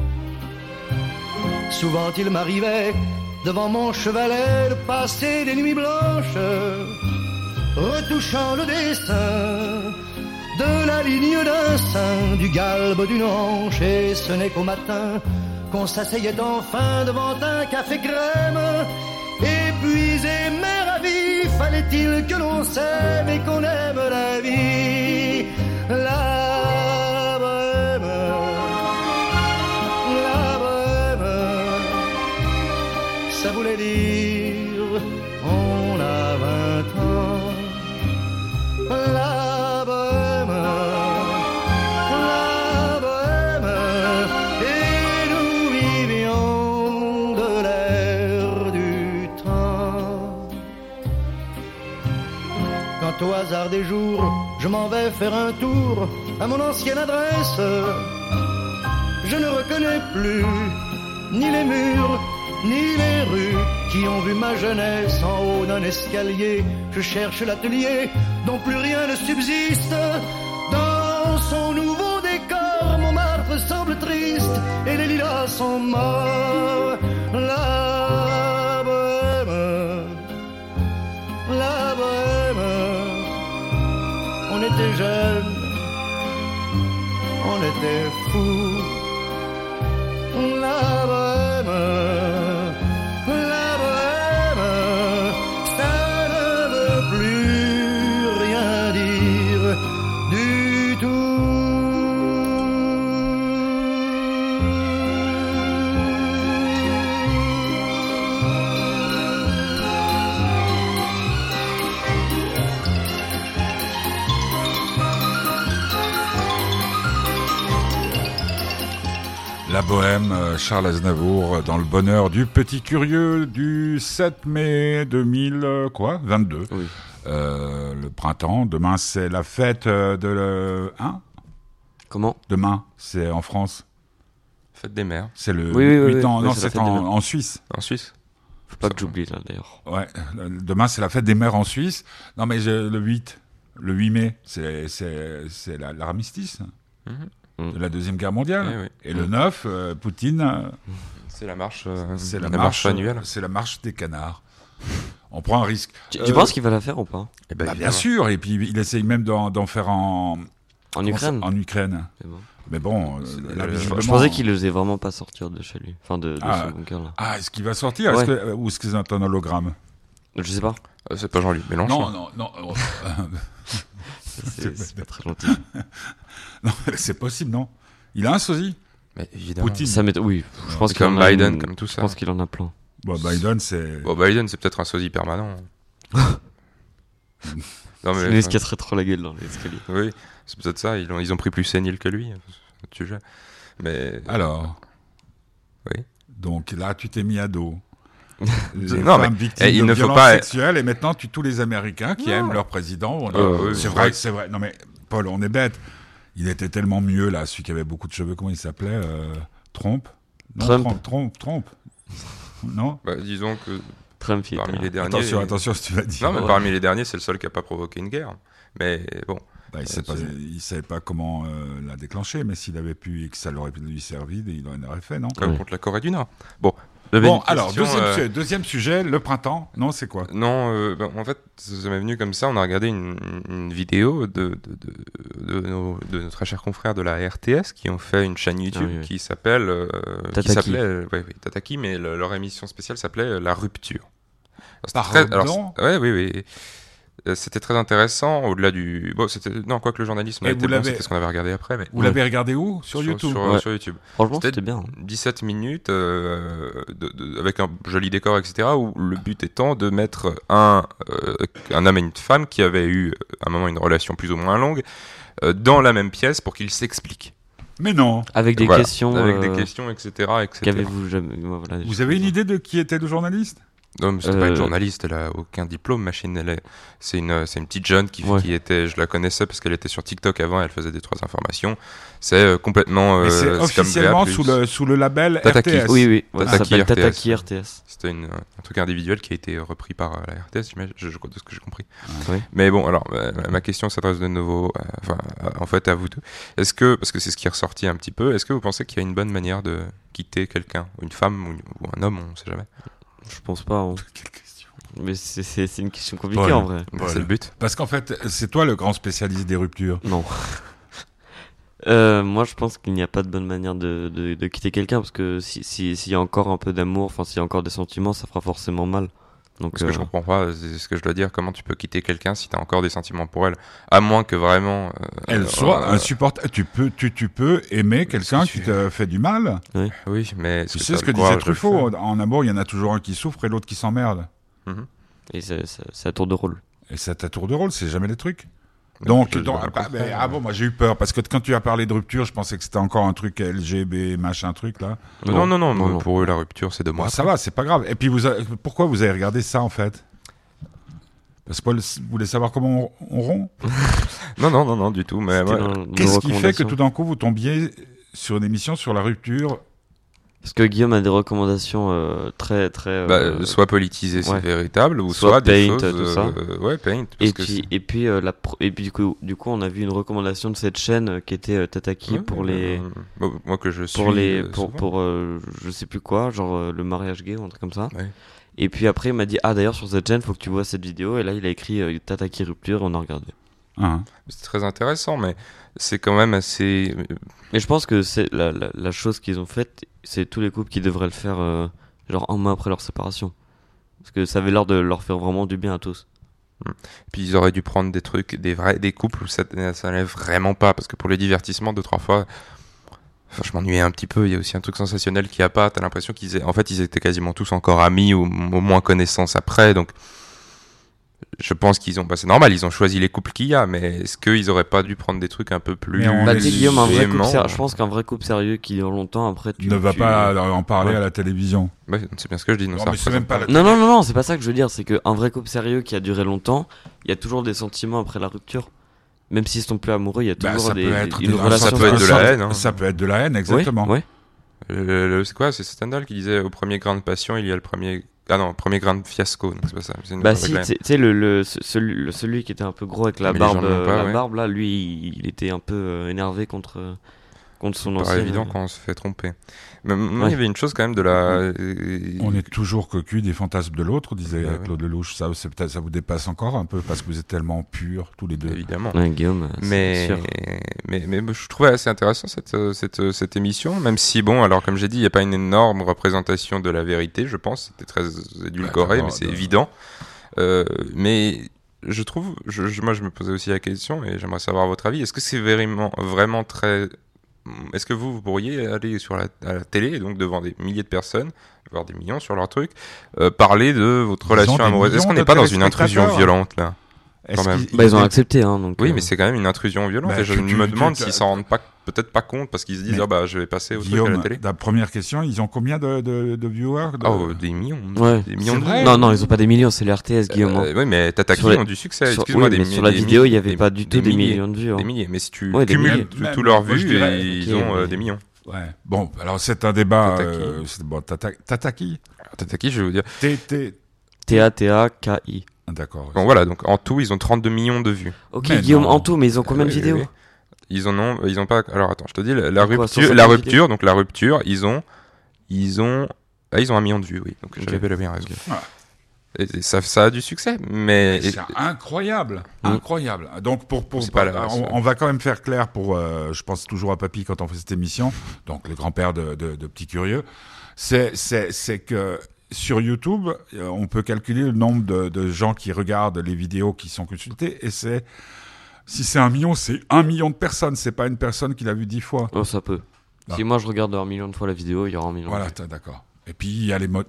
Souvent il m'arrivait devant mon chevalet de passer des nuits blanches, retouchant le dessin de la ligne d'un sein, du galbe d'une hanche, et ce n'est qu'au matin qu'on s'asseyait enfin devant un café crème. Épuisé mais ravi, fallait-il que l'on s'aime et qu'on aime la vie. La bohème, ça voulait dire on a 20 ans. La bohème, et nous vivions de l'air du temps. Quand au hasard des jours, je m'en vais faire un tour à mon ancienne adresse, je ne reconnais plus ni les murs, ni les rues qui ont vu ma jeunesse en haut d'un escalier. Je cherche l'atelier dont plus rien ne subsiste. Dans son nouveau décor, Montmartre semble triste et les lilas sont morts. La bohème, on était jeunes, on était fou. La bohème, ça ne veut plus rien dire du tout. La Bohème, Charles Aznavour, dans le bonheur du petit curieux du 7 mai 2022. Oui. Le printemps. Demain, c'est la fête Hein Comment? Demain, c'est en France. Fête des mères. C'est le Oui, 8 ans. oui, Non, c'est la c'est fête des mères. en Suisse. En Suisse. Faut pas que j'oublie là d'ailleurs. Ouais. Demain, c'est la fête des mères en Suisse. Non, mais le 8 mai, c'est l'armistice de la Deuxième Guerre mondiale. Eh oui. Et le 9, Poutine... C'est la marche, c'est la marche annuelle. C'est la marche des canards. On prend un risque. Tu penses qu'il va la faire ou pas? Eh ben, Bien évidemment. sûr, et puis il essaye même d'en faire en Ukraine? En Ukraine. Mais bon. Mais bon, là, visiblement... Je pensais qu'il osait vraiment pas sortir de chez lui. Enfin, de Ah. ce bunker là. Ah, est-ce qu'il va sortir Ouais. Ou est-ce qu'ils ont un hologramme? Je sais pas. C'est pas Jean-Luc Mélenchon. Non. C'est pas très gentil. Non, c'est possible, non? Il a un sosie. Mais évidemment. Poutine. Ça m'étonne. Oui, je pense C'est qu'il comme en a Biden, comme tout Je ça. pense qu'il en a plein. Bon, Biden, c'est... Bon, Biden, c'est peut-être un sosie permanent. Non, C'est lui qui casserait trop la gueule dans l'escalier. Oui, c'est peut-être ça. Ils ont pris plus sénile que lui. C'est autre sujet. Mais. Alors. Oui. Donc là, tu t'es mis à dos. Les Non, femmes mais, victimes il de ne faut violences pas- sexuelles, et maintenant, tous les Américains qui aiment leur président. oui, c'est vrai, c'est vrai. Non, mais Paul, on est bête. Il était tellement mieux, là, celui qui avait beaucoup de cheveux. Comment il s'appelait Trump. Non, Trump. Non. Bah, disons que Trump, il parmi était- les derniers. Attention, si tu vas dire. Non, mais parmi les derniers, c'est le seul qui a pas provoqué une guerre. Mais bon. Bah, il savait pas comment la déclencher, mais s'il avait pu et que ça l'aurait lui servi, il en aurait fait, non? Comme Oui. contre la Corée du Nord. Bon. Bon, alors, deuxième sujet, le printemps. Non, c'est quoi? Non, en fait, ça m'est venu comme ça. On a regardé une vidéo de nos très chers confrères de la RTS qui ont fait une chaîne YouTube Ah oui, oui. qui s'appelle Tataki. qui s'appelait Tataki, mais leur émission spéciale s'appelait La Rupture. Pardon Oui. C'était très intéressant, au-delà du... Bon, quoique le journalisme Et était vous bon, l'avez- c'était ce qu'on avait regardé après, mais... Vous l'avez regardé où? Sur YouTube. Ouais. Sur YouTube. Franchement, C'était c'était bien. 17 minutes avec un joli décor, etc. Où le but étant de mettre un homme et une femme qui avaient eu à un moment une relation plus ou moins longue dans la même pièce pour qu'ils s'expliquent. Mais non. Avec des Voilà. questions. Avec des questions, etc. Qu'avez-vous jamais. Voilà, Vous avez une idée de qui était le journaliste? Non, mais c'est pas une journaliste, elle a aucun diplôme, machine. C'est une petite jeune qui était, je la connaissais parce qu'elle était sur TikTok avant, elle faisait 2-3 informations. C'est complètement. Mais c'est officiellement comme sous le label Tataki. RTS. Oui. Ouais, ça Tataki s'appelle RTS. Tataki RTS. C'était un truc individuel qui a été repris par la RTS, je crois, de ce que j'ai compris. Oui. Mais bon, alors, ma question s'adresse de nouveau, en fait, à vous deux. Est-ce que, parce que c'est ce qui est ressorti un petit peu, est-ce que vous pensez qu'il y a une bonne manière de quitter quelqu'un, une femme ou un homme, on ne sait jamais? Je pense pas. Hein. Quelle question. Mais c'est une question compliquée Paul. en vrai. C'est le but. Parce qu'en fait, c'est toi le grand spécialiste des ruptures. Non. Moi, je pense qu'il n'y a pas de bonne manière de quitter quelqu'un parce que s'il y a encore un peu d'amour, enfin s'il y a encore des sentiments, ça fera forcément mal. Donc, Ce que je comprends pas, c'est ce que je dois dire, comment tu peux quitter quelqu'un si tu as encore des sentiments pour elle, à moins que vraiment... Elle soit insupportable. Tu peux aimer quelqu'un qui te fait du mal. Oui, mais... Tu sais ce que disait Truffaut, en amour, il y en a toujours un qui souffre et l'autre qui s'emmerde. et c'est à tour de rôle. Et c'est à tour de rôle, c'est jamais les trucs. Donc, moi j'ai eu peur, parce que quand tu as parlé de rupture, je pensais que c'était encore un truc LGB, machin truc là. Non, pour eux la rupture c'est 2 mois. Bon, ça va, c'est pas grave. Et puis pourquoi vous avez regardé ça en fait? Parce que Paul voulait savoir comment on rompt. Non, du tout. Mais C'était ouais. dans nos Qu'est-ce qui fait que recommandations. tout d'un coup vous tombiez sur une émission sur la rupture? Parce que Guillaume a des recommandations très très. Soit politisé, c'est ouais. véritable, ou Soit soit des Paint, choses... tout ça. Ouais, Paint. Parce Et que puis du coup on a vu une recommandation de cette chaîne qui était Tataki pour les moi que je suis pour je sais plus quoi, genre le mariage gay ou un truc comme ça. Ouais. Et puis après il m'a dit d'ailleurs sur cette chaîne faut que tu vois cette vidéo, et là il a écrit Tataki rupture et on a regardé. C'est très intéressant, mais c'est quand même assez... Et je pense que c'est la chose qu'ils ont faite, c'est tous les couples qui devraient le faire genre un mois après leur séparation. Parce que ça avait l'air de leur faire vraiment du bien à tous. Puis ils auraient dû prendre des trucs, des couples où ça n'allait vraiment pas, parce que pour le divertissement, 2-3 fois, je m'ennuyais un petit peu. Il y a aussi un truc sensationnel qu'il n'y a pas. T'as l'impression ils étaient quasiment tous encore amis ou au moins connaissances après, donc je pense qu'ils ont... c'est normal, ils ont choisi les couples qu'il y a, mais est-ce qu'ils auraient pas dû prendre des trucs un peu plus... Guillaume, je pense qu'un vrai couple sérieux qui dure longtemps, après ne va pas en parler à la télévision. Ouais, c'est bien ce que je dis. Non, c'est pas ça que je veux dire. C'est qu'un vrai couple sérieux qui a duré longtemps, il y a toujours des sentiments après la rupture. Même s'ils sont plus amoureux, il y a toujours une relation. Ça peut être de la haine. Ça peut être de la haine, exactement. Ouais. C'est quoi? C'est Stendhal qui disait au premier grain de passion, il y a le premier... Ah non, premier grain de fiasco, donc c'est pas ça. Tu sais, celui qui était un peu gros avec la barbe, barbe là, lui, il était un peu énervé contre son ancien. C'est évident quand on se fait tromper. Mais il y avait une chose quand même de la... On est toujours cocu des fantasmes de l'autre, disait Claude Lelouch. Ça vous dépasse encore un peu parce que vous êtes tellement purs tous les deux. Évidemment. Ouais, Guillaume, mais je trouvais assez intéressant cette émission, même si alors comme j'ai dit, il n'y a pas une énorme représentation de la vérité, je pense. C'était très édulcoré, mais c'est évident. Mais je trouve, moi je me posais aussi la question et j'aimerais savoir votre avis. Est-ce que c'est vraiment très... Est-ce que vous pourriez aller à la télé, donc devant des milliers de personnes, voire des millions sur leur truc, parler de votre relation amoureuse? Est-ce qu'on n'est pas dans une intrusion violente là quand même. Ils ont accepté, donc. Oui, mais c'est quand même une intrusion violente. Et je me demande s'ils s'en rendent peut-être pas compte parce qu'ils se disent je vais passer au truc à la télé. La première question, ils ont combien de viewers Des millions. Ouais. Des millions de vues. Non, ils ont pas des millions, c'est le RTS, Guillaume. Oui, mais Tataki ont du succès. Excuse-moi, sur la vidéo, il y avait pas du tout des millions de vues. Des milliers, mais si tu cumules toutes leurs vues, ils ont des millions. Ouais. Bon, alors c'est un débat. Tataki, je vais vous dire. Tataki. D'accord. Bon voilà, donc en tout, ils ont 32 millions de vues. Ok, Guillaume, en tout, mais ils ont combien de vidéos? Ils ont pas. Alors attends, je te dis la rupture. Donc la rupture, ils ont 1 million de vues, oui. Donc j'avais bien raison. Et ça a du succès, mais c'est incroyable. Donc on va quand même faire clair pour. Je pense toujours à Papy quand on fait cette émission. Donc le grand-père de Petits Curieux, c'est que. Sur YouTube, on peut calculer le nombre de gens qui regardent les vidéos qui sont consultées, et si c'est 1 million, c'est 1 million de personnes, c'est pas une personne qui l'a vu 10 fois. Oh, ça peut. Ah. Si moi je regarde 1 million de fois la vidéo, il y aura 1 million. Voilà, d'accord. Et puis il y a les modes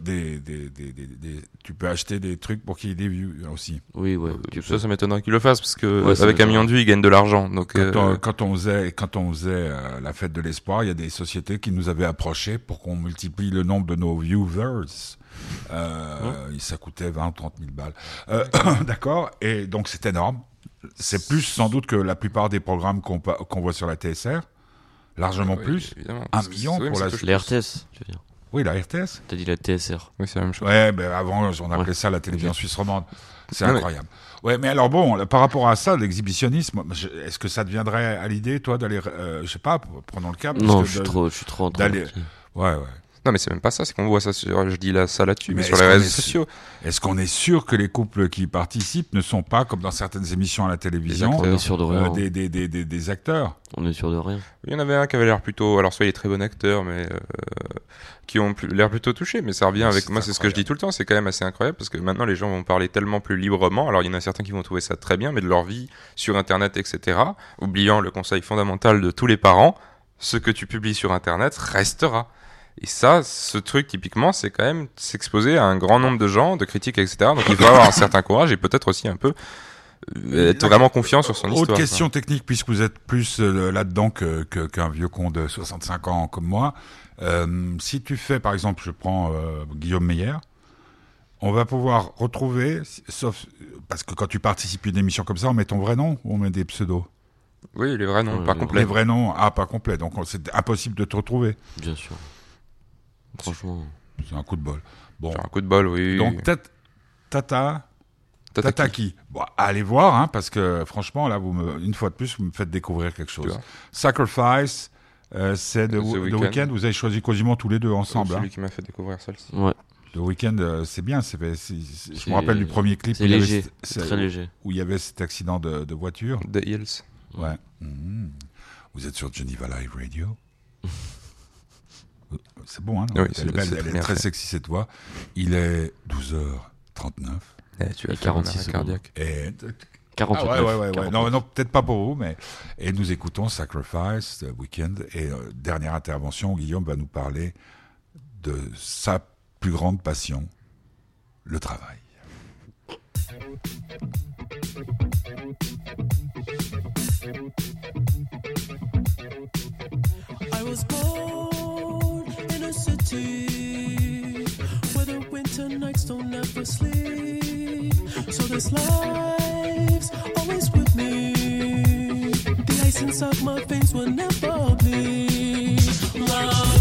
tu peux acheter des trucs pour qu'il y ait des vues aussi. Oui, ça m'étonnerait qu'ils le fassent parce que avec 1 million de vues, ils gagnent de l'argent. Donc quand on faisait la fête de l'espoir, il y a des sociétés qui nous avaient approchés pour qu'on multiplie le nombre de nos viewers. Ça coûtait 20 ou 30 000 balles. D'accord. Et donc c'est énorme. C'est plus sans doute que la plupart des programmes qu'on voit sur la TSR. Largement plus. Évidemment. 1 million pour la RTS, tu veux dire. Oui, la RTS. T'as dit la TSR. Oui, c'est la même chose. Ouais, avant, on appelait ça la télévision suisse romande. C'est incroyable. Ouais, mais alors bon, par rapport à ça, l'exhibitionnisme, est-ce que ça deviendrait à l'idée, toi, d'aller, je sais pas, prenons le cap. Non, je suis trop en train d'aller. Ouais. Non, mais c'est même pas ça, c'est qu'on voit ça je dis ça là-dessus, mais sur les réseaux sociaux. Est-ce qu'on est sûr que les couples qui participent ne sont pas, comme dans certaines émissions à la télévision, on est sûr de rien. Des acteurs? On est sûr de rien. Il y en avait un qui avait l'air plutôt, alors soit il est très bon acteur, mais qui ont l'air plutôt touchés, mais ça revient avec moi, c'est ce que je dis tout le temps, c'est quand même assez incroyable, parce que maintenant les gens vont parler tellement plus librement, alors il y en a certains qui vont trouver ça très bien, mais de leur vie sur Internet, etc., oubliant le conseil fondamental de tous les parents, ce que tu publies sur Internet restera. Et ça, ce truc typiquement, c'est quand même s'exposer à un grand nombre de gens, de critiques, etc. Donc il faut avoir un certain courage et peut-être aussi un peu être vraiment confiant sur son histoire. Autre question technique, puisque vous êtes plus là-dedans qu'un vieux con de 65 ans comme moi. Si tu fais, par exemple, je prends Guillaume Meyer, on va pouvoir retrouver, sauf parce que quand tu participes à une émission comme ça, on met ton vrai nom ou on met des pseudos? Oui, les vrais noms, pas complets. Les vrais noms, pas complets. Donc c'est impossible de te retrouver. Bien sûr. Franchement, c'est un coup de bol. Bon. C'est un coup de bol, oui. Donc Tataki. Bon, allez voir, parce que franchement, là, une fois de plus, vous me faites découvrir quelque chose. Sacrifice, c'est The Weeknd. Vous avez choisi quasiment tous les deux ensemble. C'est lui qui m'a fait découvrir celle-ci. Ouais. The Weeknd, c'est bien. Je me rappelle du premier clip. C'est léger, c'est très léger. Où il y avait cet accident de voiture. The Hills. Ouais. Vous êtes sur Geneva Live Radio. C'est bon, hein? Oui, elle est très sexy cette voix. Il est 12h39. Tu vas et faire 46 un arrêt cardiaque. Et 48. Ouais. Non, peut-être pas pour vous, mais et nous écoutons Sacrifice, The Weeknd, et dernière intervention, Guillaume va nous parler de sa plus grande passion, le travail. I was born in a city where the winter nights don't ever sleep. So this life's always with me. The ice inside my veins will never bleed. Love.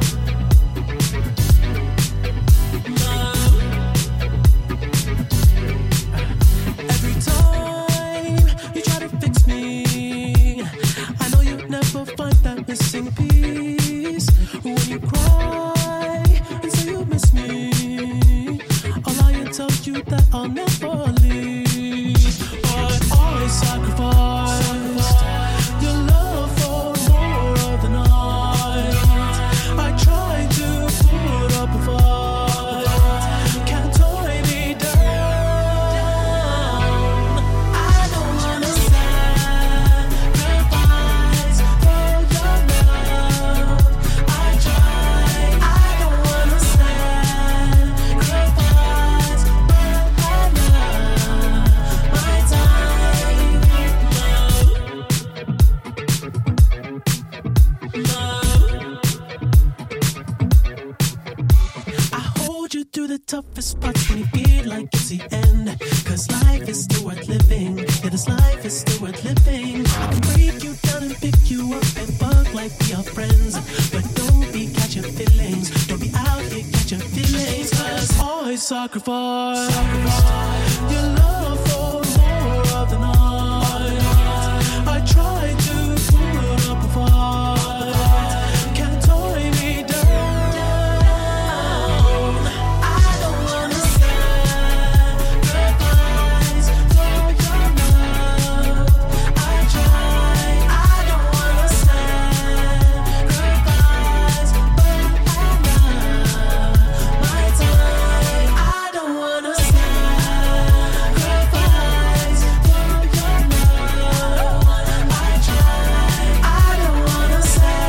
Every time you try to fix me, I know you'll never find that missing piece. When you cry and say you miss me, I'll lie and tell you that I'll never leave. But I sacrificed your love for more of the night. I tried to put up a fight. Can't tie me down. I don't wanna sacrifice for your love. I tried. I don't wanna sacrifice, but I love my time. I hold you through the toughest parts when you feel like it's the end. Cause life is still worth living. Yeah, this life is still worth living. I can break you down and pick you up and fuck like we are friends. But don't be catching feelings. Don't be out here catching feelings. Cause I sacrificed your love for more of the night. I tried to put up a fight. Can't tie me down. I don't wanna sacrifice for your love. I tried. I don't wanna sacrifice, but I love my time. I don't wanna sacrifice for your love. I tried. I don't wanna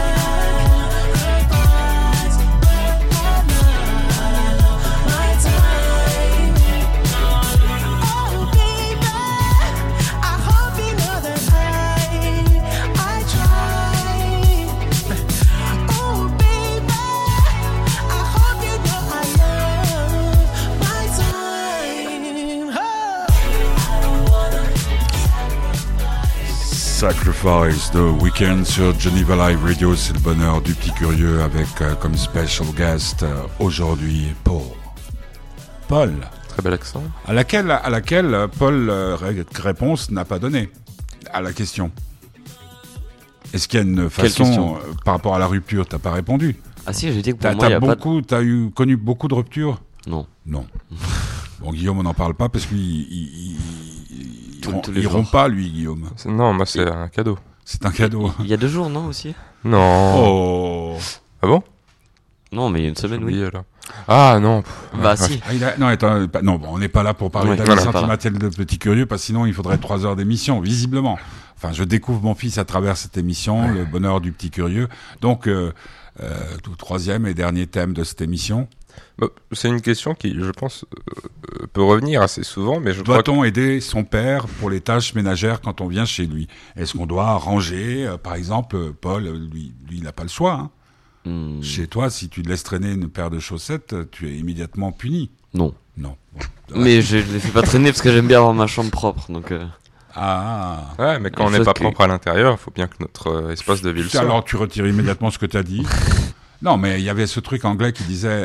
sacrifice, but I love my time. Oh baby, I hope you know that I tried. Oh baby, I hope you know I love my time. Sacrifice, The Weeknd sur Geneva Live Radio, c'est le bonheur du petit curieux avec comme special guest aujourd'hui Paul. Très bel accent. À laquelle Paul réponse n'a pas donné à la question. Est-ce qu'il y a une façon question par rapport à la rupture, t'as pas répondu. Ah si, j'ai dit que pour moi, il y a pas de... T'as connu beaucoup de ruptures? Non. Non. Bon, Guillaume, on n'en parle pas parce qu'il Tous les il rompt jours. pas, lui, Guillaume. Non, moi c'est un cadeau. C'est un cadeau. Il y a 2 jours, non, aussi? Non. Oh. Ah bon? Non, mais il y a une semaine, oui. Oublié, alors. Ah non. Bah si. Ah, non, attends, non, bon, on n'est pas là pour parler Ouais, de la voilà, vie pas là. sentimentale de Petit Curieux, parce que sinon il faudrait 3 heures d'émission, visiblement. Enfin, je découvre mon fils à travers cette émission, le bonheur du Petit Curieux. Donc, troisième et dernier thème de cette émission. Bah, c'est une question qui, je pense, peut revenir assez souvent, mais je crois que... Doit-on aider son père pour les tâches ménagères quand on vient chez lui? Est-ce qu'on doit ranger, par exemple, Paul, lui, il n'a pas le choix, hein. Chez toi, si tu laisses traîner une paire de chaussettes, tu es immédiatement puni. Non. Non. Bon. Mais je les fais pas traîner parce que j'aime bien avoir ma chambre propre, donc... Ah. Ouais, mais quand Une on n'est chose pas que- propre à l'intérieur, il faut bien que notre espace de vie le soit. Alors, tu retires immédiatement ce que tu as dit. Non, mais il y avait ce truc anglais qui disait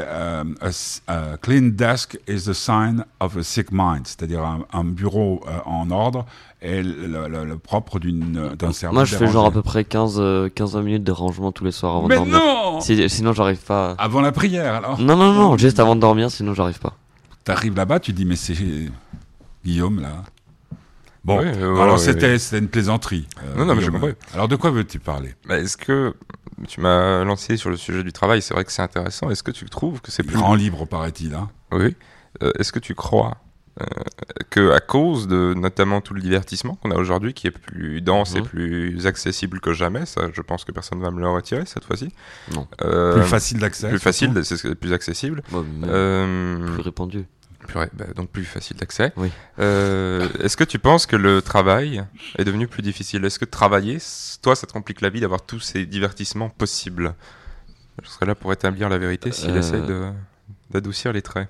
a clean desk is the sign of a sick mind, c'est-à-dire un bureau en ordre est le propre d'un cerveau. Moi, je fais dérangé. genre à peu près 15-20 minutes de rangement tous les soirs avant de Mais dormir. non Sinon, j'arrive pas. Avant la prière, alors. Non, juste avant de dormir, sinon j'arrive pas. T'arrives là-bas, tu dis, mais c'est Guillaume, là. Bon, Ouais, alors ouais. c'était une plaisanterie. Non, mais j'ai Guillaume. compris. Alors, de quoi veux-tu parler? Bah, est-ce que tu m'as lancé sur le sujet du travail, c'est vrai que c'est intéressant. Est-ce que tu trouves que c'est Il plus... rend libre, paraît-il. Hein. Oui. Est-ce que tu crois que à cause de notamment tout le divertissement qu'on a aujourd'hui, qui est plus dense et plus accessible que jamais, ça, je pense que personne ne va me le retirer cette fois-ci. Non. Plus facile d'accès. Plus surtout. facile, c'est plus accessible. Bon, même Plus plus répandu. donc plus facile d'accès. Oui. Est-ce que tu penses que le travail est devenu plus difficile? Est-ce que travailler, toi, ça te complique la vie d'avoir tous ces divertissements possibles? Je serais là pour établir la vérité s'il essaie d'adoucir les traits.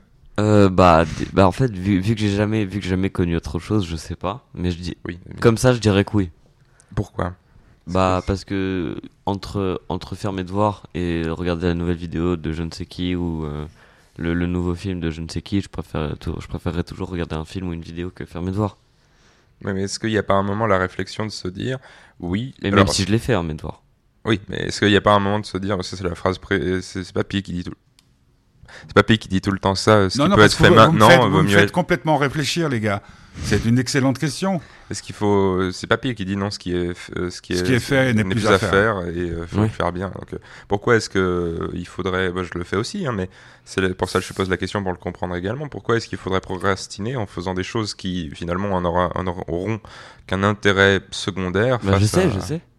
En fait, vu que j'ai jamais connu autre chose, je sais pas. Mais je dis, Oui. comme ça, je dirais que oui. Pourquoi? Parce que entre faire mes devoirs et regarder la nouvelle vidéo de je ne sais qui ou le nouveau film de je ne sais qui, je préférerais toujours regarder un film ou une vidéo que faire mes devoirs. Mais est-ce qu'il n'y a pas un moment la réflexion de se dire, oui, Et alors, même si je l'ai fait, hein, mes devoirs. oui, mais est-ce qu'il n'y a pas un moment de se dire, c'est la phrase, c'est Papy qui dit tout. C'est Papy qui dit tout le temps ça. Ce qui peut parce être que fait maintenant, vous vaut me mieux. faites complètement réfléchir, les gars. C'est une excellente question. Est-ce qu'il faut, c'est Papy qui dit non, ce qui est fait n'est plus à faire. et faut le faire bien. Donc, pourquoi est-ce que il faudrait, je le fais aussi, hein, mais c'est pour ça que je pose la question pour le comprendre également. Pourquoi est-ce qu'il faudrait procrastiner en faisant des choses qui finalement auront qu'un intérêt secondaire? Je sais.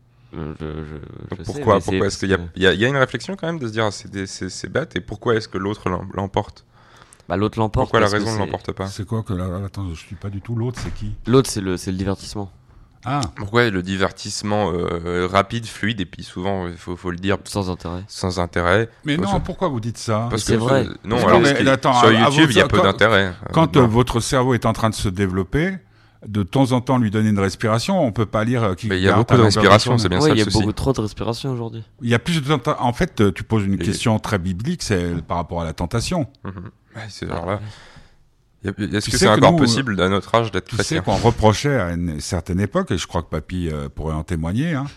Donc Je pourquoi sais, mais est-ce qu'il y a une réflexion quand même de se dire c'est bête, et pourquoi est-ce que l'autre l'emporte? L'autre l'emporte. Pourquoi la parce que raison ne c'est- l'emporte pas? C'est quoi que là? Attends, je suis pas du tout l'autre, c'est qui? L'autre, c'est le divertissement. Ah, Pourquoi le divertissement rapide, fluide, et puis souvent, il faut le dire, Sans intérêt. sans intérêt? mais Parce non, que- pourquoi vous dites ça? Parce C'est que vrai. Non, Parce alors que- parce mais que attends, sur à YouTube, il y a vous- peu d'intérêt. Quand Non. votre cerveau est en train de se développer, de temps en temps lui donner une respiration, on peut pas lire Mais il y a beaucoup de respiration, c'est bien ça Ouais, le il y a souci. beaucoup trop de respiration aujourd'hui. Il y a plus de temps. En fait, tu poses une Et- question très biblique, c'est par rapport à la tentation. Mhm. Ouais, alors là, est-ce Tu que sais c'est que encore nous, possible à notre âge d'être Tu sais chrétien? qu'on reprochait à une certaine époque, et je crois que Papy pourrait en témoigner, hein,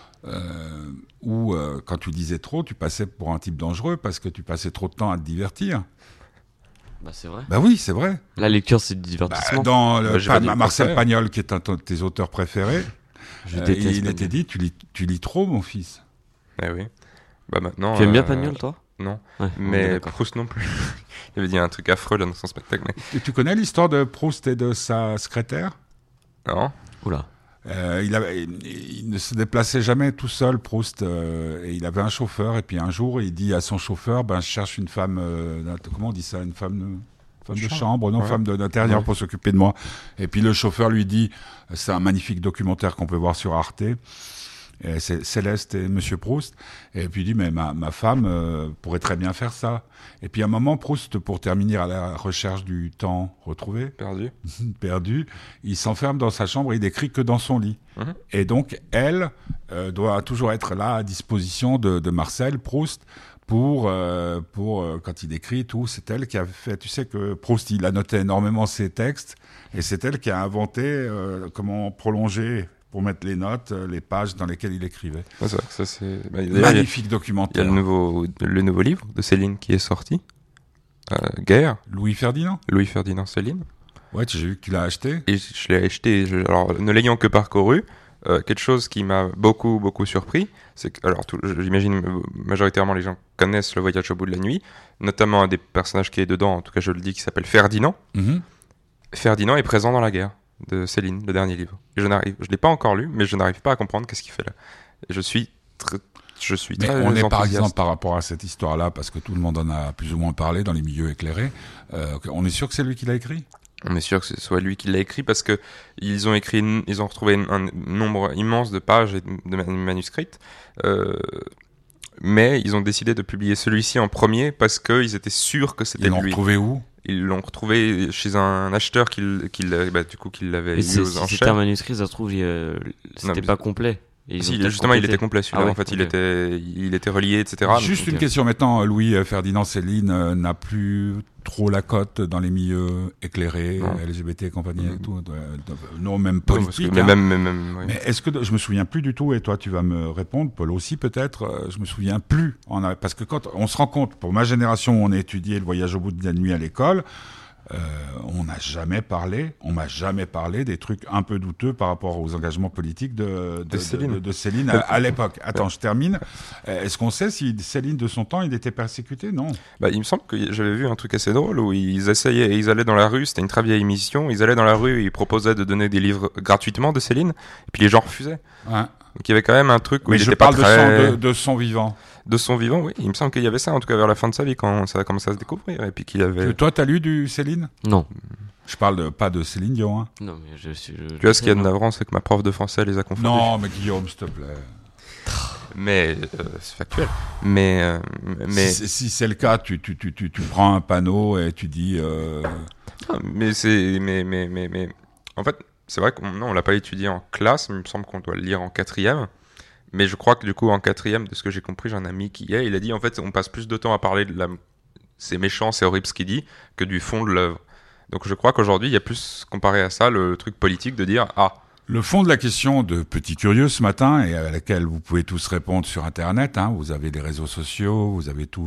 où quand tu disais trop, tu passais pour un type dangereux parce que tu passais trop de temps à te divertir. C'est vrai. Bah oui, c'est vrai. La lecture, c'est du Bah, divertissement. dans j'ai pas dit le Marcel contraire. Pagnol, qui est un de tes auteurs préférés, Je déteste il Pagnol. était dit, tu lis trop, mon fils. Eh oui. Bah maintenant. Tu aimes bien Pagnol, toi? Non, Ouais, on est mais d'accord. Proust non plus. Il avait dit un truc affreux là dans son spectacle, mais Et tu connais l'histoire de Proust et de sa secrétaire? non. Oula. Il ne se déplaçait jamais tout seul, Proust, et il avait un chauffeur, et puis un jour, il dit à son chauffeur, je cherche une femme, comment on dit ça, une femme de chambre, non, Ouais. femme d'intérieur Ouais. pour s'occuper de moi. Et puis le chauffeur lui dit, c'est un magnifique documentaire qu'on peut voir sur Arte, et c'est Céleste et Monsieur Proust. Et puis il dit, mais ma femme pourrait très bien faire ça. Et puis à un moment, Proust, pour terminer à la recherche du temps retrouvé, perdu, il s'enferme dans sa chambre et il n'écrit que dans son lit. Mhm. Et donc, elle doit toujours être là à disposition de Marcel Proust pour quand il écrit tout. C'est elle qui a fait, tu sais que Proust, il annotait énormément ses textes et c'est elle qui a inventé comment prolonger pour mettre les notes, les pages dans lesquelles il écrivait. Ouais, ça c'est. Bah, d'ailleurs, Magnifique il y a documentaire. le nouveau livre de Céline qui est sorti. Guerre. Louis-Ferdinand. Louis-Ferdinand Céline. Ouais, j'ai vu que tu l'as acheté. Et je l'ai acheté. Alors, ne l'ayant que parcouru, quelque chose qui m'a beaucoup surpris, c'est que, alors, j'imagine majoritairement les gens connaissent Le Voyage au bout de la nuit, notamment un des personnages qui est dedans, en tout cas je le dis, qui s'appelle Ferdinand. Mhm. Ferdinand est présent dans La Guerre de Céline, le dernier livre. Et je l'ai pas encore lu, mais je n'arrive pas à comprendre qu'est-ce qu'il fait là. Et je suis Mais très on est par enthousiaste. exemple par rapport à cette histoire-là, parce que tout le monde en a plus ou moins parlé dans les milieux éclairés, on est sûr que c'est lui qui l'a écrit? On est sûr que ce soit lui qui l'a écrit parce que ils ont retrouvé un nombre immense de pages et de manuscrits, mais ils ont décidé de publier celui-ci en premier parce qu'ils étaient sûrs que c'était Ils l'ont lui. retrouvé où? Ils l'ont retrouvé chez un acheteur qui l'avait Mais eu si aux c'était un enchères. manuscrit, ça se trouve, Non, c'était mais- pas complet. Et ils ont Si, peut-être justement, il complété. était complet celui-là. Ah ouais, En fait, ok. il était relié, etc. Juste ok. une question maintenant, Louis-Ferdinand Céline n'a plus trop la cote dans les milieux éclairés, Non. LGBT et compagnie et tout. Non, même Non, parce que- politique. mais hein. même, oui. Mais est-ce que je me souviens plus du tout, et toi tu vas me répondre, Paul aussi peut-être, je me souviens plus. Parce que quand on se rend compte, pour ma génération, on a étudié le voyage au bout de la nuit à l'école, on m'a jamais parlé des trucs un peu douteux par rapport aux engagements politiques de Céline à l'époque. Attends, je termine. Est-ce qu'on sait si Céline de son temps, il était persécuté? Non. Bah, il me semble que j'avais vu un truc assez drôle où ils allaient dans la rue, c'était une très vieille émission, ils allaient dans la rue et ils proposaient de donner des livres gratuitement de Céline, et puis les gens refusaient. Hein. Donc il y avait quand même un truc où Mais il je était pas parle très... de son vivant. De son vivant, oui. Il me semble qu'il y avait ça, en tout cas vers la fin de sa vie, quand ça a commencé à se découvrir, et puis qu'il avait... Toi, t'as lu du Céline? Non. Je parle pas de Céline Dion. Hein. Non, mais je suis. Tu vois, ce qu'il y a de navrant, c'est que ma prof de français les a confondus. Non, mais Guillaume, s'il te plaît. Mais c'est factuel. Mais Si c'est le cas, tu prends un panneau et tu dis. mais en fait, c'est vrai qu'on l'a pas étudié en classe. Il me semble qu'on doit le lire en 4e. Mais je crois que du coup, en 4e, de ce que j'ai compris, j'ai un ami qui y est. Il a dit en fait, on passe plus de temps à parler de c'est méchant, c'est horrible ce qu'il dit, que du fond de l'œuvre. Donc je crois qu'aujourd'hui, il y a plus, comparé à ça, le truc politique de dire Le fond de la question de Petit Curieux ce matin, et à laquelle vous pouvez tous répondre sur Internet, hein, vous avez les réseaux sociaux, vous avez tout,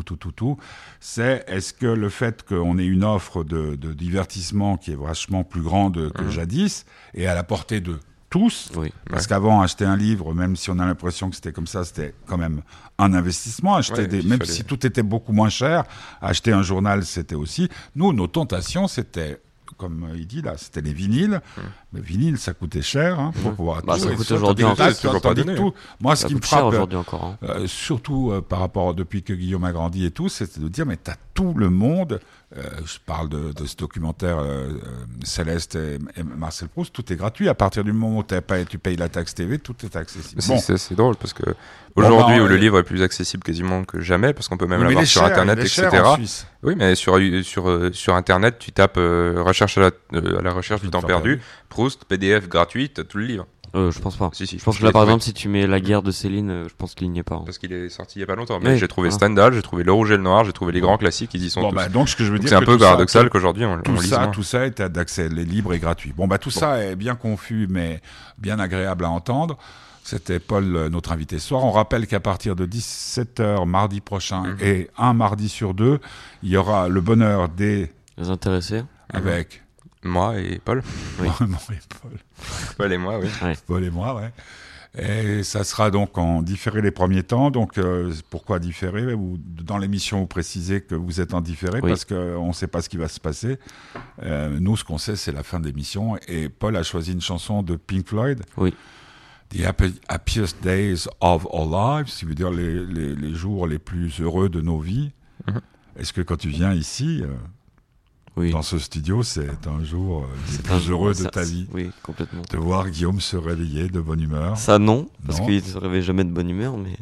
c'est est-ce que le fait qu'on ait une offre de divertissement qui est vachement plus grande que jadis, et à la portée de tous, Oui. parce qu'avant, acheter un livre, même si on a l'impression que c'était comme ça, c'était quand même un investissement. Même si tout était beaucoup moins cher, acheter un journal, c'était aussi... Nous, nos tentations, c'était... Comme il dit là, c'était les vinyles. Mais vinyles, ça coûtait cher. Hein, pour pouvoir Ça coûte sur aujourd'hui tandis que encore. là, tandis que tout. Moi, ce Ça qui me coûte cher frappe, aujourd'hui encore. surtout par rapport depuis que Guillaume a grandi et tout, c'est de dire mais t'as tout le monde. Je parle de ce documentaire Céleste et Marcel Proust. Tout est gratuit à partir du moment où tu payes la taxe TV, tout est accessible. Bon. C'est drôle parce que aujourd'hui où le ouais. livre est plus accessible quasiment que jamais, parce qu'on peut même Oui, mais l'avoir il est sur cher, Internet, il est etc. cher en Suisse. Oui, mais sur Internet, tu tapes recherche à la recherche du temps perdu, Proust, PDF gratuit, t'as tout le livre. Je pense pas. Si, Je pense que là, par exemple, si tu mets La guerre de Céline, je pense qu'il n'y est pas. Parce qu'il est sorti il y a pas longtemps. Mais Oui. j'ai trouvé Stendhal, j'ai trouvé Le Rouge et le Noir, j'ai trouvé les grands classiques, ils y sont Bon, tous. bah, donc, ce que je veux Donc dire, c'est un que peu tout ça, paradoxal qu'aujourd'hui on lise moins. Tout ça est d'accès libre et gratuit. Bon, bah, tout ça est bien confus, mais bien agréable à entendre. C'était Paul, notre invité ce soir. On rappelle qu'à partir de 17h mardi prochain et un mardi sur deux, il y aura le bonheur des... Les intéressés. Avec... Moi et Paul. Oui. Moi et Paul. Paul et moi, oui. Paul et moi, ouais. Et ça sera donc en différé les premiers temps. Donc, pourquoi différé? Ou dans l'émission, vous précisez que vous êtes en différé parce qu'on ne sait pas ce qui va se passer. Nous, ce qu'on sait, c'est la fin de l'émission. Et Paul a choisi une chanson de Pink Floyd. Oui. The happiest days of our lives, ce qui veut dire les jours les plus heureux de nos vies. Est-ce que quand tu viens ici, dans ce studio, c'est un jour le plus heureux de ta vie? Oui, complètement. De voir Guillaume se réveiller de bonne humeur. Ça non, parce Non. qu'il ne se réveille jamais de bonne humeur, mais...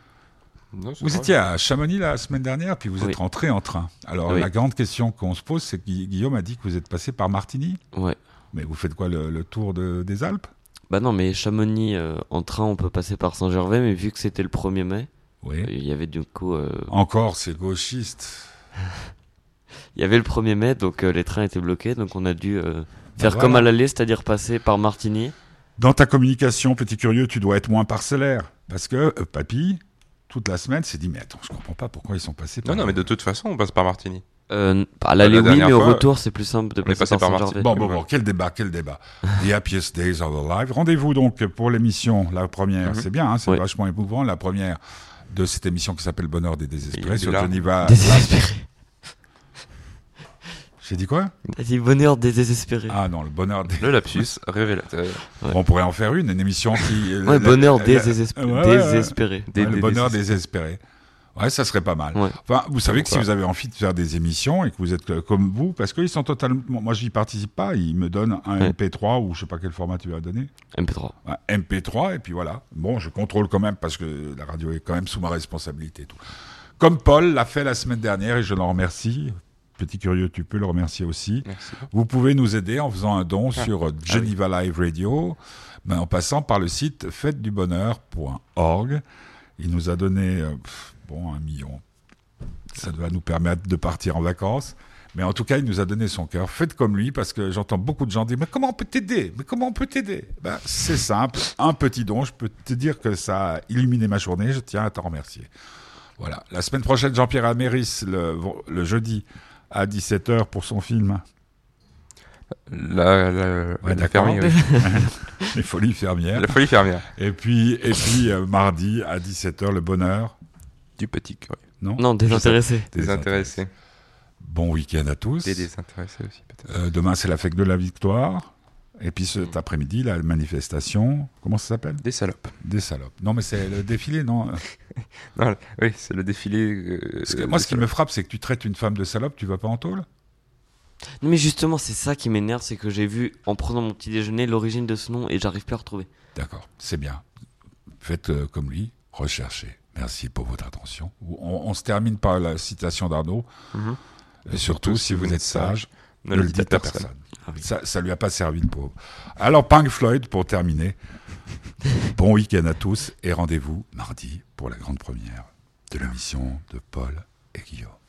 Non, c'est Vous vrai. étiez à Chamonix la semaine dernière, puis vous êtes rentré en train. Alors la grande question qu'on se pose, c'est que Guillaume a dit que vous êtes passé par Martigny. Ouais. Mais vous faites quoi, le tour des Alpes? Bah non, mais Chamonix, en train, on peut passer par Saint-Gervais, mais vu que c'était le 1er mai, Oui. il y avait du coup... Encore, c'est gauchiste. Il y avait le 1er mai, donc les trains étaient bloqués, donc on a dû faire voilà. comme à l'aller, c'est-à-dire passer par Martigny. Dans ta communication, petit curieux, tu dois être moins parcellaire. Parce que Papy, toute la semaine, s'est dit, mais attends, je comprends pas pourquoi ils sont passés par... Non, mais de toute façon, on passe par Martigny. À l'aller, La oui, dernière mais au fois, retour, c'est plus simple de on est passer passé par par Saint-Gervais. Bon, quel débat. The happiest days of our life. Rendez-vous donc pour l'émission, la première, c'est bien, hein, c'est vachement émouvant, la première de cette émission qui s'appelle Bonheur des désespérés sur Geneva. Désespéré. J'ai dit quoi? T'as dit bonheur des désespérés. Ah non, le bonheur des... Le lapsus révélateur. Ouais. On pourrait en faire une émission qui... Ouais, bonheur désespéré. Le bonheur désespéré. Ouais, ça serait pas mal. Ouais. Enfin, vous savez que si vous avez envie de faire des émissions et que vous êtes comme vous, parce qu'ils sont totalement... Moi, j'y participe pas, ils me donnent un MP3 ou je sais pas quel format tu vas donner. MP3. Un MP3, et puis voilà. Bon, je contrôle quand même parce que la radio est quand même sous ma responsabilité et tout. Comme Paul l'a fait la semaine dernière, et je l'en remercie Petit Curieux, tu peux le remercier aussi. Merci. Vous pouvez nous aider en faisant un don sur Geneva Live Radio, en passant par le site fêtedubonheur.org. Il nous a donné 1 million. Ça doit nous permettre de partir en vacances. Mais en tout cas, il nous a donné son cœur. Faites comme lui, parce que j'entends beaucoup de gens dire « Mais comment on peut t'aider ? C'est simple. Un petit don, je peux te dire que ça a illuminé ma journée. Je tiens à t'en remercier. Voilà. La semaine prochaine, Jean-Pierre Améris, le jeudi, à 17h pour son film. La fermière. Les Folies Fermières. La folie fermière. Et puis mardi, à 17h, le bonheur. Du Petit Curieux. Non, désintéressé. Désintéressé. Bon week-end à tous. Des désintéressés aussi, peut-être. Demain, c'est la fête de la victoire. Et puis cet après-midi, la manifestation. Comment ça s'appelle ? Des salopes. Des salopes. Non, mais c'est le défilé, non ? Non, oui, c'est le défilé. Parce que moi, ce qui me frappe, c'est que tu traites une femme de salope, tu vas pas en tôle ? Non, mais justement, c'est ça qui m'énerve, c'est que j'ai vu, en prenant mon petit déjeuner, l'origine de ce nom et j'arrive plus à retrouver. D'accord, c'est bien. Faites comme lui, recherchez. Merci pour votre attention. On se termine par la citation d'Arnaud. Et surtout, si vous êtes sage, ne le dites à personne. Ah oui. Ça lui a pas servi, le pauvre. Alors, Pink Floyd, pour terminer. Bon week-end à tous et rendez-vous mardi pour la grande première de l'émission de Paul et Guillaume.